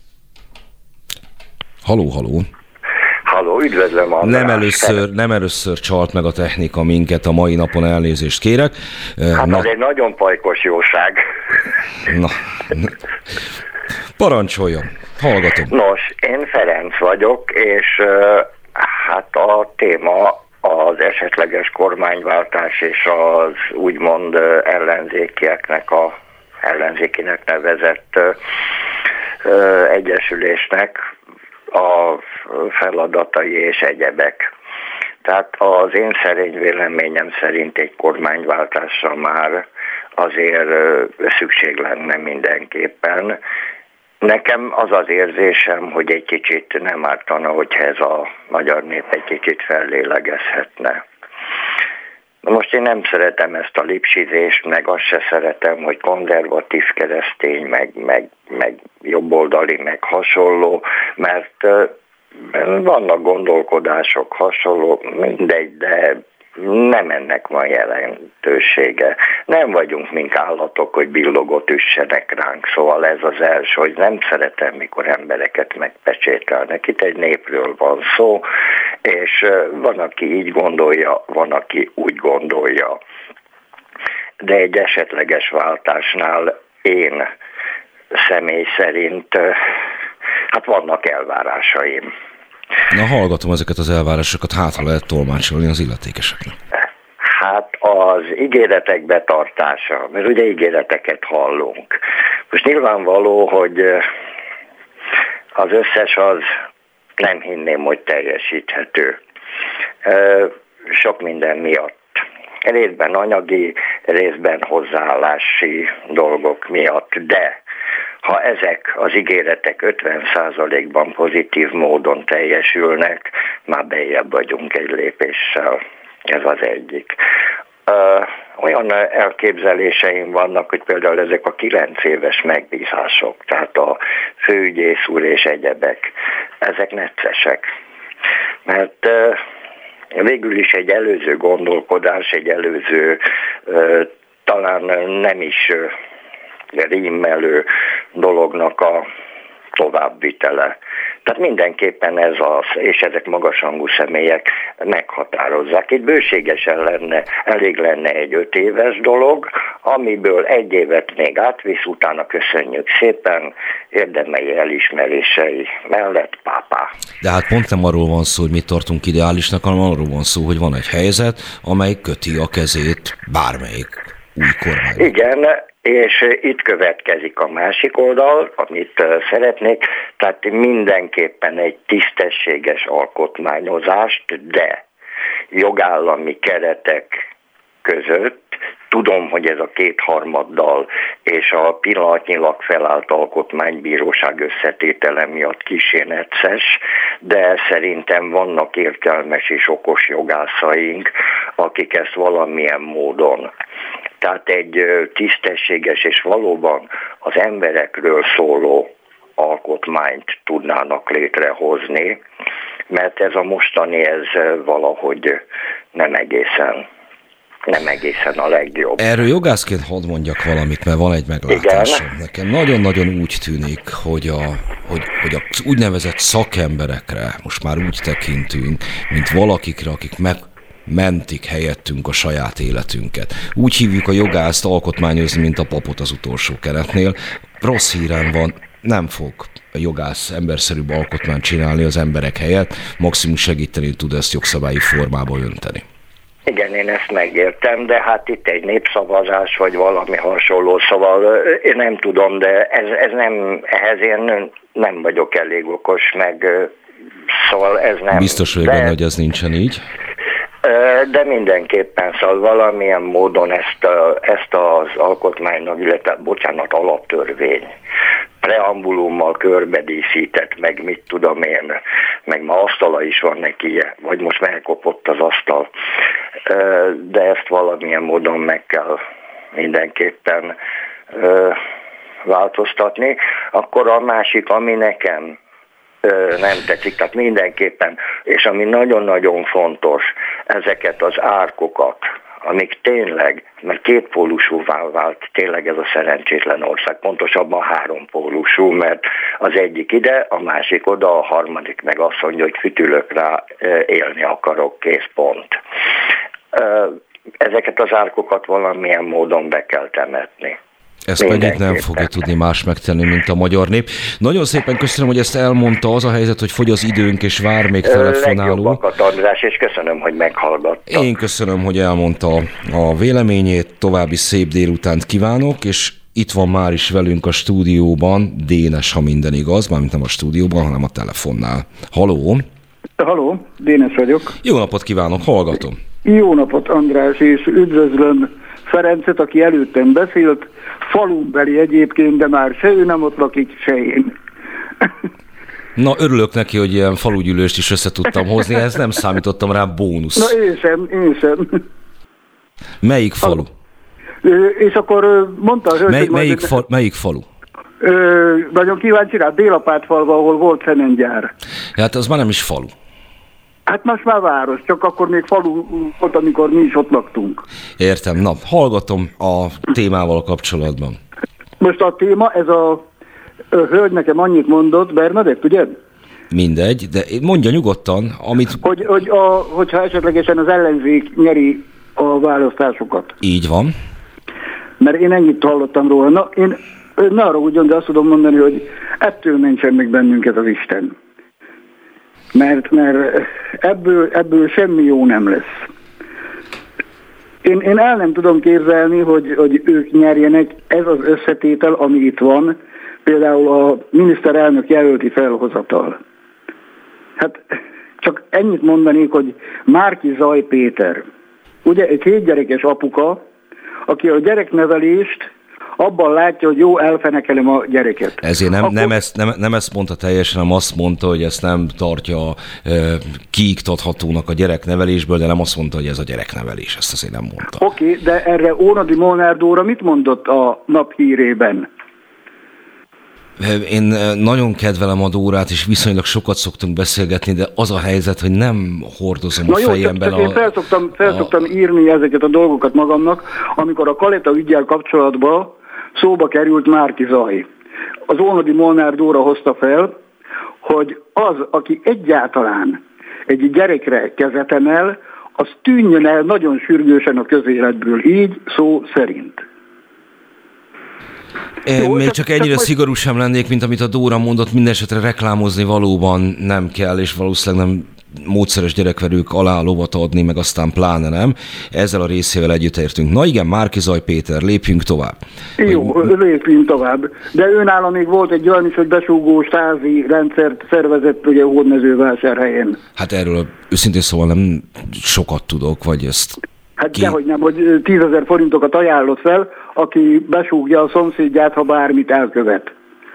Haló, haló. Halló, üdvözlöm, András. Nem először csalt meg a technika minket, a mai napon elnézést kérek. Hát az egy nagyon pajkos jóság. Na, parancsoljon, hallgatom. Nos, én Ferenc vagyok, és hát a téma az esetleges kormányváltás és az úgymond ellenzékinek nevezett egyesülésnek a feladatai és egyebek. Tehát az én szerény véleményem szerint egy kormányváltásra már azért szükség lenne mindenképpen. Nekem az az érzésem, hogy egy kicsit nem ártana, hogyha ez a magyar nép egy kicsit fellélegezhetne. Most én nem szeretem ezt a lipsizést, meg azt se szeretem, hogy konzervatív keresztény, meg jobboldali, meg hasonló, mert vannak gondolkodások hasonló, mindegy, de nem ennek van jelentősége. Nem vagyunk mink állatok, hogy billogot üssenek ránk, szóval ez az első, hogy nem szeretem, mikor embereket megpecsételnek. Itt egy népről van szó, és van, aki így gondolja, van, aki úgy gondolja. De egy esetleges váltásnál én személy szerint, hát vannak elvárásaim. Na, hallgatom ezeket az elvárásokat, hátra lehet tolmácsolni az illetékeseknek. Hát az ígéretek betartása, mert ugye ígéreteket hallunk. Most nyilvánvaló, hogy az összes az nem hinném, hogy teljesíthető. Sok minden miatt. Részben anyagi, részben hozzáállási dolgok miatt, de ha ezek az ígéretek 50%-ban pozitív módon teljesülnek, már beljebb vagyunk egy lépéssel. Ez az egyik. Olyan elképzeléseim vannak, hogy például ezek a 9 éves megbízások, tehát a főügyész úr és egyebek, ezek neccesek. Mert végül is egy előző gondolkodás, egy előző talán nem is rímmelő dolognak a továbbvitele. Tehát mindenképpen ez az, és ezek magasrangú személyek meghatározzák. Itt bőségesen elég lenne egy 5 éves dolog, amiből 1 évet még átvisz, utána köszönjük szépen, érdemei elismerései mellett pápá. De hát pont nem arról van szó, hogy mit tartunk ideálisnak, hanem arról van szó, hogy van egy helyzet, amely köti a kezét bármelyik új kormány. Igen, és itt következik a másik oldal, amit szeretnék, tehát mindenképpen egy tisztességes alkotmányozást, de jogállami keretek között. Tudom, hogy ez a kétharmaddal és a pillanatnyilag felállt alkotmánybíróság összetétele miatt kissé necces, de szerintem vannak értelmes és okos jogászaink, akik ezt valamilyen módon, tehát egy tisztességes és valóban az emberekről szóló alkotmányt tudnának létrehozni, mert ez a mostani, ez valahogy nem egészen a legjobb. Erről jogászként hadd mondjak valamit, mert van egy meglátásom. Igen. Nekem nagyon-nagyon úgy tűnik, hogy az úgynevezett szakemberekre most már úgy tekintünk, mint valakikre, akik megmentik helyettünk a saját életünket. Úgy hívjuk a jogászt alkotmányozni, mint a papot az utolsó keretnél. Rossz hírem van, nem fog a jogász emberszerűbb alkotmányt csinálni az emberek helyett, maximum segíteni tud ezt jogszabályi formába önteni. Igen, én ezt megértem, de hát itt egy népszavazás, vagy valami hasonló, szóval én nem tudom, de ez nem, ehhez én nem vagyok elég okos, meg szóval ez nem. Biztos vagy benne, hogy ez nincsen így? De mindenképpen, szóval valamilyen módon ezt az alkotmánynak, illetve, alaptörvény preambulummal körbedíszített, meg mit tudom én, meg ma asztala is van neki, vagy most megkopott az asztal, de ezt valamilyen módon meg kell mindenképpen változtatni. Akkor a másik, ami nekem nem tetszik, tehát mindenképpen, és ami nagyon-nagyon fontos, ezeket az árkokat, amik tényleg, mert kétpólusúvá vált tényleg ez a szerencsétlen ország, pontosabban hárompólusú, mert az egyik ide, a másik oda, a harmadik meg azt mondja, hogy fütülök rá, élni akarok, kész pont. Ezeket az árkokat valamilyen módon be kell temetni. Ezt pedig nem fogja tudni más megtenni, mint a magyar nép. Nagyon szépen köszönöm, hogy ezt elmondta. Az a helyzet, hogy fogy az időnk, és vár még telefonáló. Legjobbakat, András, és köszönöm, hogy meghallgattak. Én köszönöm, hogy elmondta a véleményét. További szép délutánt kívánok, és itt van már is velünk a stúdióban Dénes, ha minden igaz, mármint nem a stúdióban, hanem a telefonnál. Haló! Haló, Dénes vagyok. Jó napot kívánok, hallgatom. Jó napot, András, és üdvözlöm Ferencet, aki előttem beszélt, falunbeli egyébként, de már se ő nem ott lakik, se én. Na, örülök neki, hogy ilyen falugyűlőst is össze tudtam hozni, ez nem számítottam rá, bónusz. Na, én sem. Melyik falu? És akkor mondta a hölgy, melyik falu? Nagyon kíváncsi rá, Délapátfalva, ahol volt cementgyár. Hát az már nem is falu. Hát most már város, csak akkor még falu volt, amikor mi is ott laktunk. Értem, na, hallgatom a témával kapcsolatban. Most a téma, ez a hölgy nekem annyit mondott, Bernadett, ugye? Mindegy, de mondja nyugodtan, amit... Hogyha esetlegesen az ellenzék nyeri a választásokat. Így van. Mert én ennyit hallottam róla. Na, én ne arra ugyan, de azt tudom mondani, hogy ettől mentsen meg bennünket az Isten. Mert ebből semmi jó nem lesz. Én el nem tudom képzelni, hogy ők nyerjenek. Ez az összetétel, ami itt van, például a miniszterelnök jelölti felhozatal. Hát csak ennyit mondanék, hogy Márki Zaj Péter, ugye egy 7 gyerekes apuka, aki a gyereknevelést abban látja, hogy jó, elfenekelem a gyereket. Ezért nem ezt mondta teljesen, hanem azt mondta, hogy ezt nem tartja kiiktathatónak a gyereknevelésből, de nem azt mondta, hogy ez a gyereknevelés. Ezt azért nem mondta. Oké, de erre Ónodi Molnár Dóra mit mondott a nap hírében? Én nagyon kedvelem a Dórát, és viszonylag sokat szoktunk beszélgetni, de az a helyzet, hogy nem hordozom a fejemben. Én felszoktam írni ezeket a dolgokat magamnak, amikor a Kaleta üggyel kapcsolatban szóba került Márki Zaj. Az Ónodi Molnár Dóra hozta fel, hogy az, aki egyáltalán egy gyerekre kezet emel, az tűnjön el nagyon sürgősen a közéletből, így szó szerint. Még csak ennyire szigorú sem lennék, mint amit a Dóra mondott, minden esetre reklámozni valóban nem kell, és valószínűleg nem módszeres gyerekverők alá lovat adni, meg aztán pláne nem. Ezzel a részével együttértünk. Na igen, Márki-Zay Péter, lépjünk tovább. Jó, lépjünk tovább. De őnála még volt egy olyan is, hogy besúgó stázi rendszert szervezett ugye Hódmezővásárhelyen. Hát erről őszintén szóval nem sokat tudok, vagy ezt... Hát dehogy nem, hogy 10 000 forintokat ajánlott fel, aki besúgja a szomszédját, ha bármit elkövet.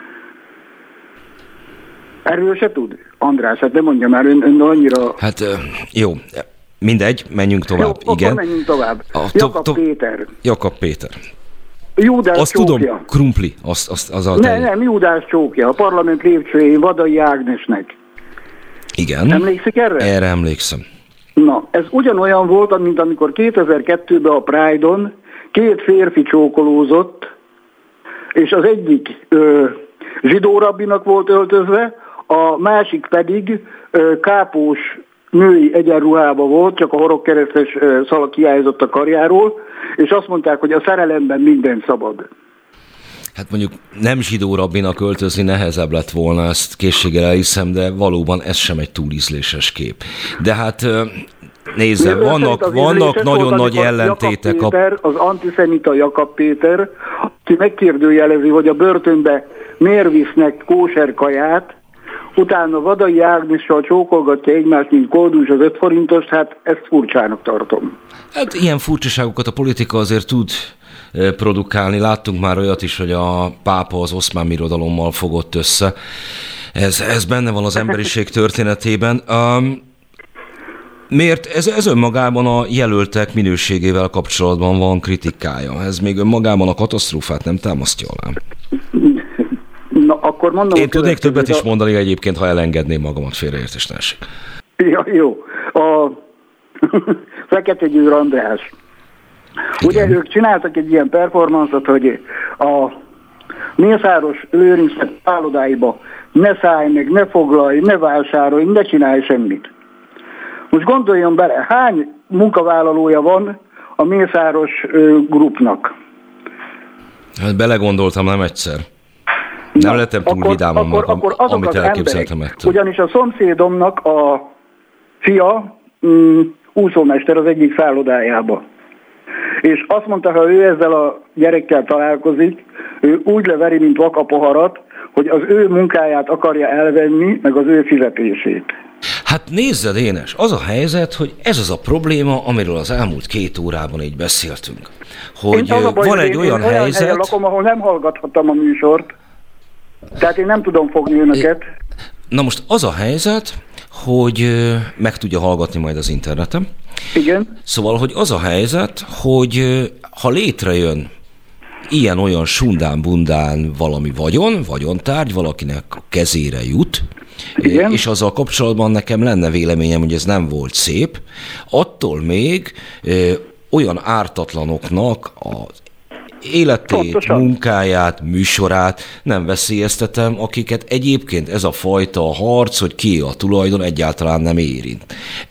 Erről se tud? András, hát nem mondja már, ön annyira... Hát jó, mindegy, menjünk tovább. Jó, igen. akkor menjünk tovább. Péter. Jakab Péter. Júdás azt csókja. Tudom, krumpli, az a Nem, Júdás csókja, a parlament lépcsőjén Vadai Ágnesnek. Igen. Emlékszik erre? Erre emlékszem. Na, ez ugyanolyan volt, mint amikor 2002-ben a Pride-on 2 férfi csókolózott, és az egyik zsidó rabbinak volt öltözve, a másik pedig kápós női egyenruhába volt, csak a horogkeresztes szalag kiállított a karjáról, és azt mondták, hogy a szerelemben minden szabad. Hát mondjuk nem zsidó rabbinak öltözni nehezebb lett volna, ezt készséggel elhiszem, de valóban ez sem egy túl ízléses kép. De hát nézze, vannak nagyon nagy ellentétek. Az antiszemita Jakab Péter, aki megkérdőjelezi, hogy a börtönbe miért visznek kóser kaját, utána Vadai Ágnessal csókolgatja egymást, mint Koldus az 5 forintost, hát ezt furcsának tartom. Hát ilyen furcsaságokat a politika azért tud produkálni. Láttunk már olyat is, hogy a pápa az oszmán birodalommal fogott össze. Ez benne van az emberiség történetében. Miért? Ez önmagában a jelöltek minőségével kapcsolatban van kritikája. Ez még önmagában a katasztrófát nem támasztja alá. Na, akkor mondom, én tudnék többet is mondani egyébként, ha elengedném magamat, félreértés ne esik. Ja, jó. A Fekete Győr András. Igen. Ugye ők csináltak egy ilyen performanszot, hogy a Mészáros Lőrincnek szállodáiba ne szállj meg, ne foglalj, ne vásárolj, ne csinálj semmit. Most gondoljon bele, hány munkavállalója van a Mészáros grupnak? Hát belegondoltam nem egyszer. Nem lettem túl vidámon magam, amit elképzeltem ettől. Ugyanis a szomszédomnak a fia úszómester az egyik szállodájába. És azt mondta, ha ő ezzel a gyerekkel találkozik, ő úgy leveri, mint vakapoharat, hogy az ő munkáját akarja elvenni, meg az ő fizetését. Hát nézzed, Énes, az a helyzet, hogy ez az a probléma, amiről az elmúlt 2 órában így beszéltünk. Hogy van egy olyan helyzet... Olyan lakom, ahol nem hallgathattam a műsort, tehát én nem tudom fogni önöket. Na most az a helyzet, hogy meg tudja hallgatni majd az interneten. Igen. Szóval, hogy az a helyzet, hogy ha létrejön ilyen-olyan sundán-bundán valami vagyontárgy, valakinek a kezére jut, igen. És azzal kapcsolatban nekem lenne véleményem, hogy ez nem volt szép, attól még olyan ártatlanoknak az életét, pontosan. Munkáját, műsorát nem veszélyeztetem, akiket egyébként ez a fajta harc, hogy ki a tulajdon, egyáltalán nem érint.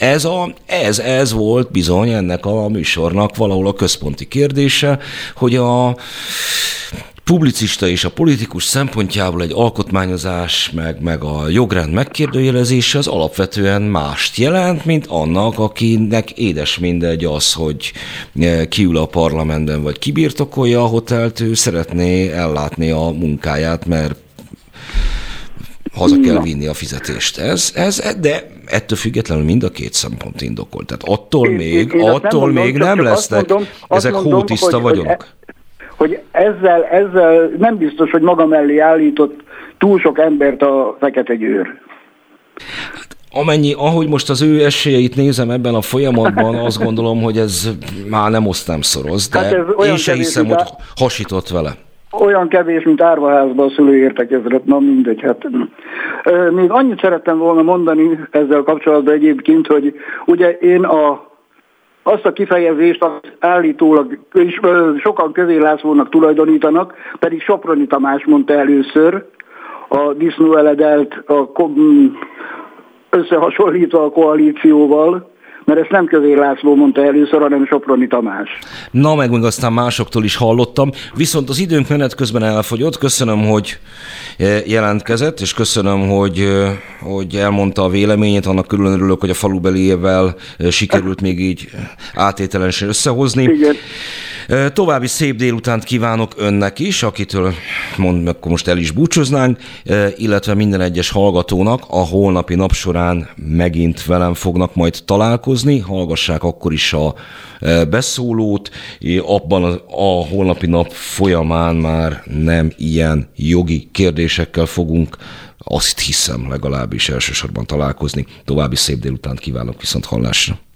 Ez volt bizony ennek a műsornak valahol a központi kérdése, hogy a publicista és a politikus szempontjából egy alkotmányozás, meg a jogrend megkérdőjelezése az alapvetően mást jelent, mint annak, akinek édes mindegy az, hogy kiül a parlamentben, vagy kibirtokolja a hotelt, ő szeretné ellátni a munkáját, mert haza kell vinni a fizetést. De ettől függetlenül mind a 2 szempont indokolt. Tehát attól még nem lesznek ezek hótiszta vagyonok. Hogy ezzel nem biztos, hogy maga mellé állított túl sok embert a Fekete Győr. Ahogy most az ő esélyeit nézem ebben a folyamatban, azt gondolom, hogy ez már nem osztám szoroz, de hát én sem hiszem, hogy hasított vele. Olyan kevés, mint árvaházban a szülőértekezlet, na mindegy. Hát. Még annyit szerettem volna mondani ezzel kapcsolatban egyébként, hogy ugye én azt a kifejezést állítólag és sokan Közé Lászlónak tulajdonítanak, pedig Soproni Tamás mondta először a disznóeledelt összehasonlítva a koalícióval, Mert ezt nem Kövér László mondta először, hanem Soproni Tamás. Na, meg aztán másoktól is hallottam, viszont az időnk menet közben elfogyott. Köszönöm, hogy jelentkezett, és köszönöm, hogy elmondta a véleményét. Annak külön örülök, hogy a falubeliével sikerült még így átételenesen összehozni. Igen. További szép délutánt kívánok önnek is, akitől akkor most el is búcsúznánk, illetve minden egyes hallgatónak a holnapi nap során megint velem fognak majd találkozni. Hallgassák akkor is a beszólót. Abban a holnapi nap folyamán már nem ilyen jogi kérdésekkel fogunk, azt hiszem legalábbis elsősorban találkozni. További szép délutánt kívánok, viszont hallásra.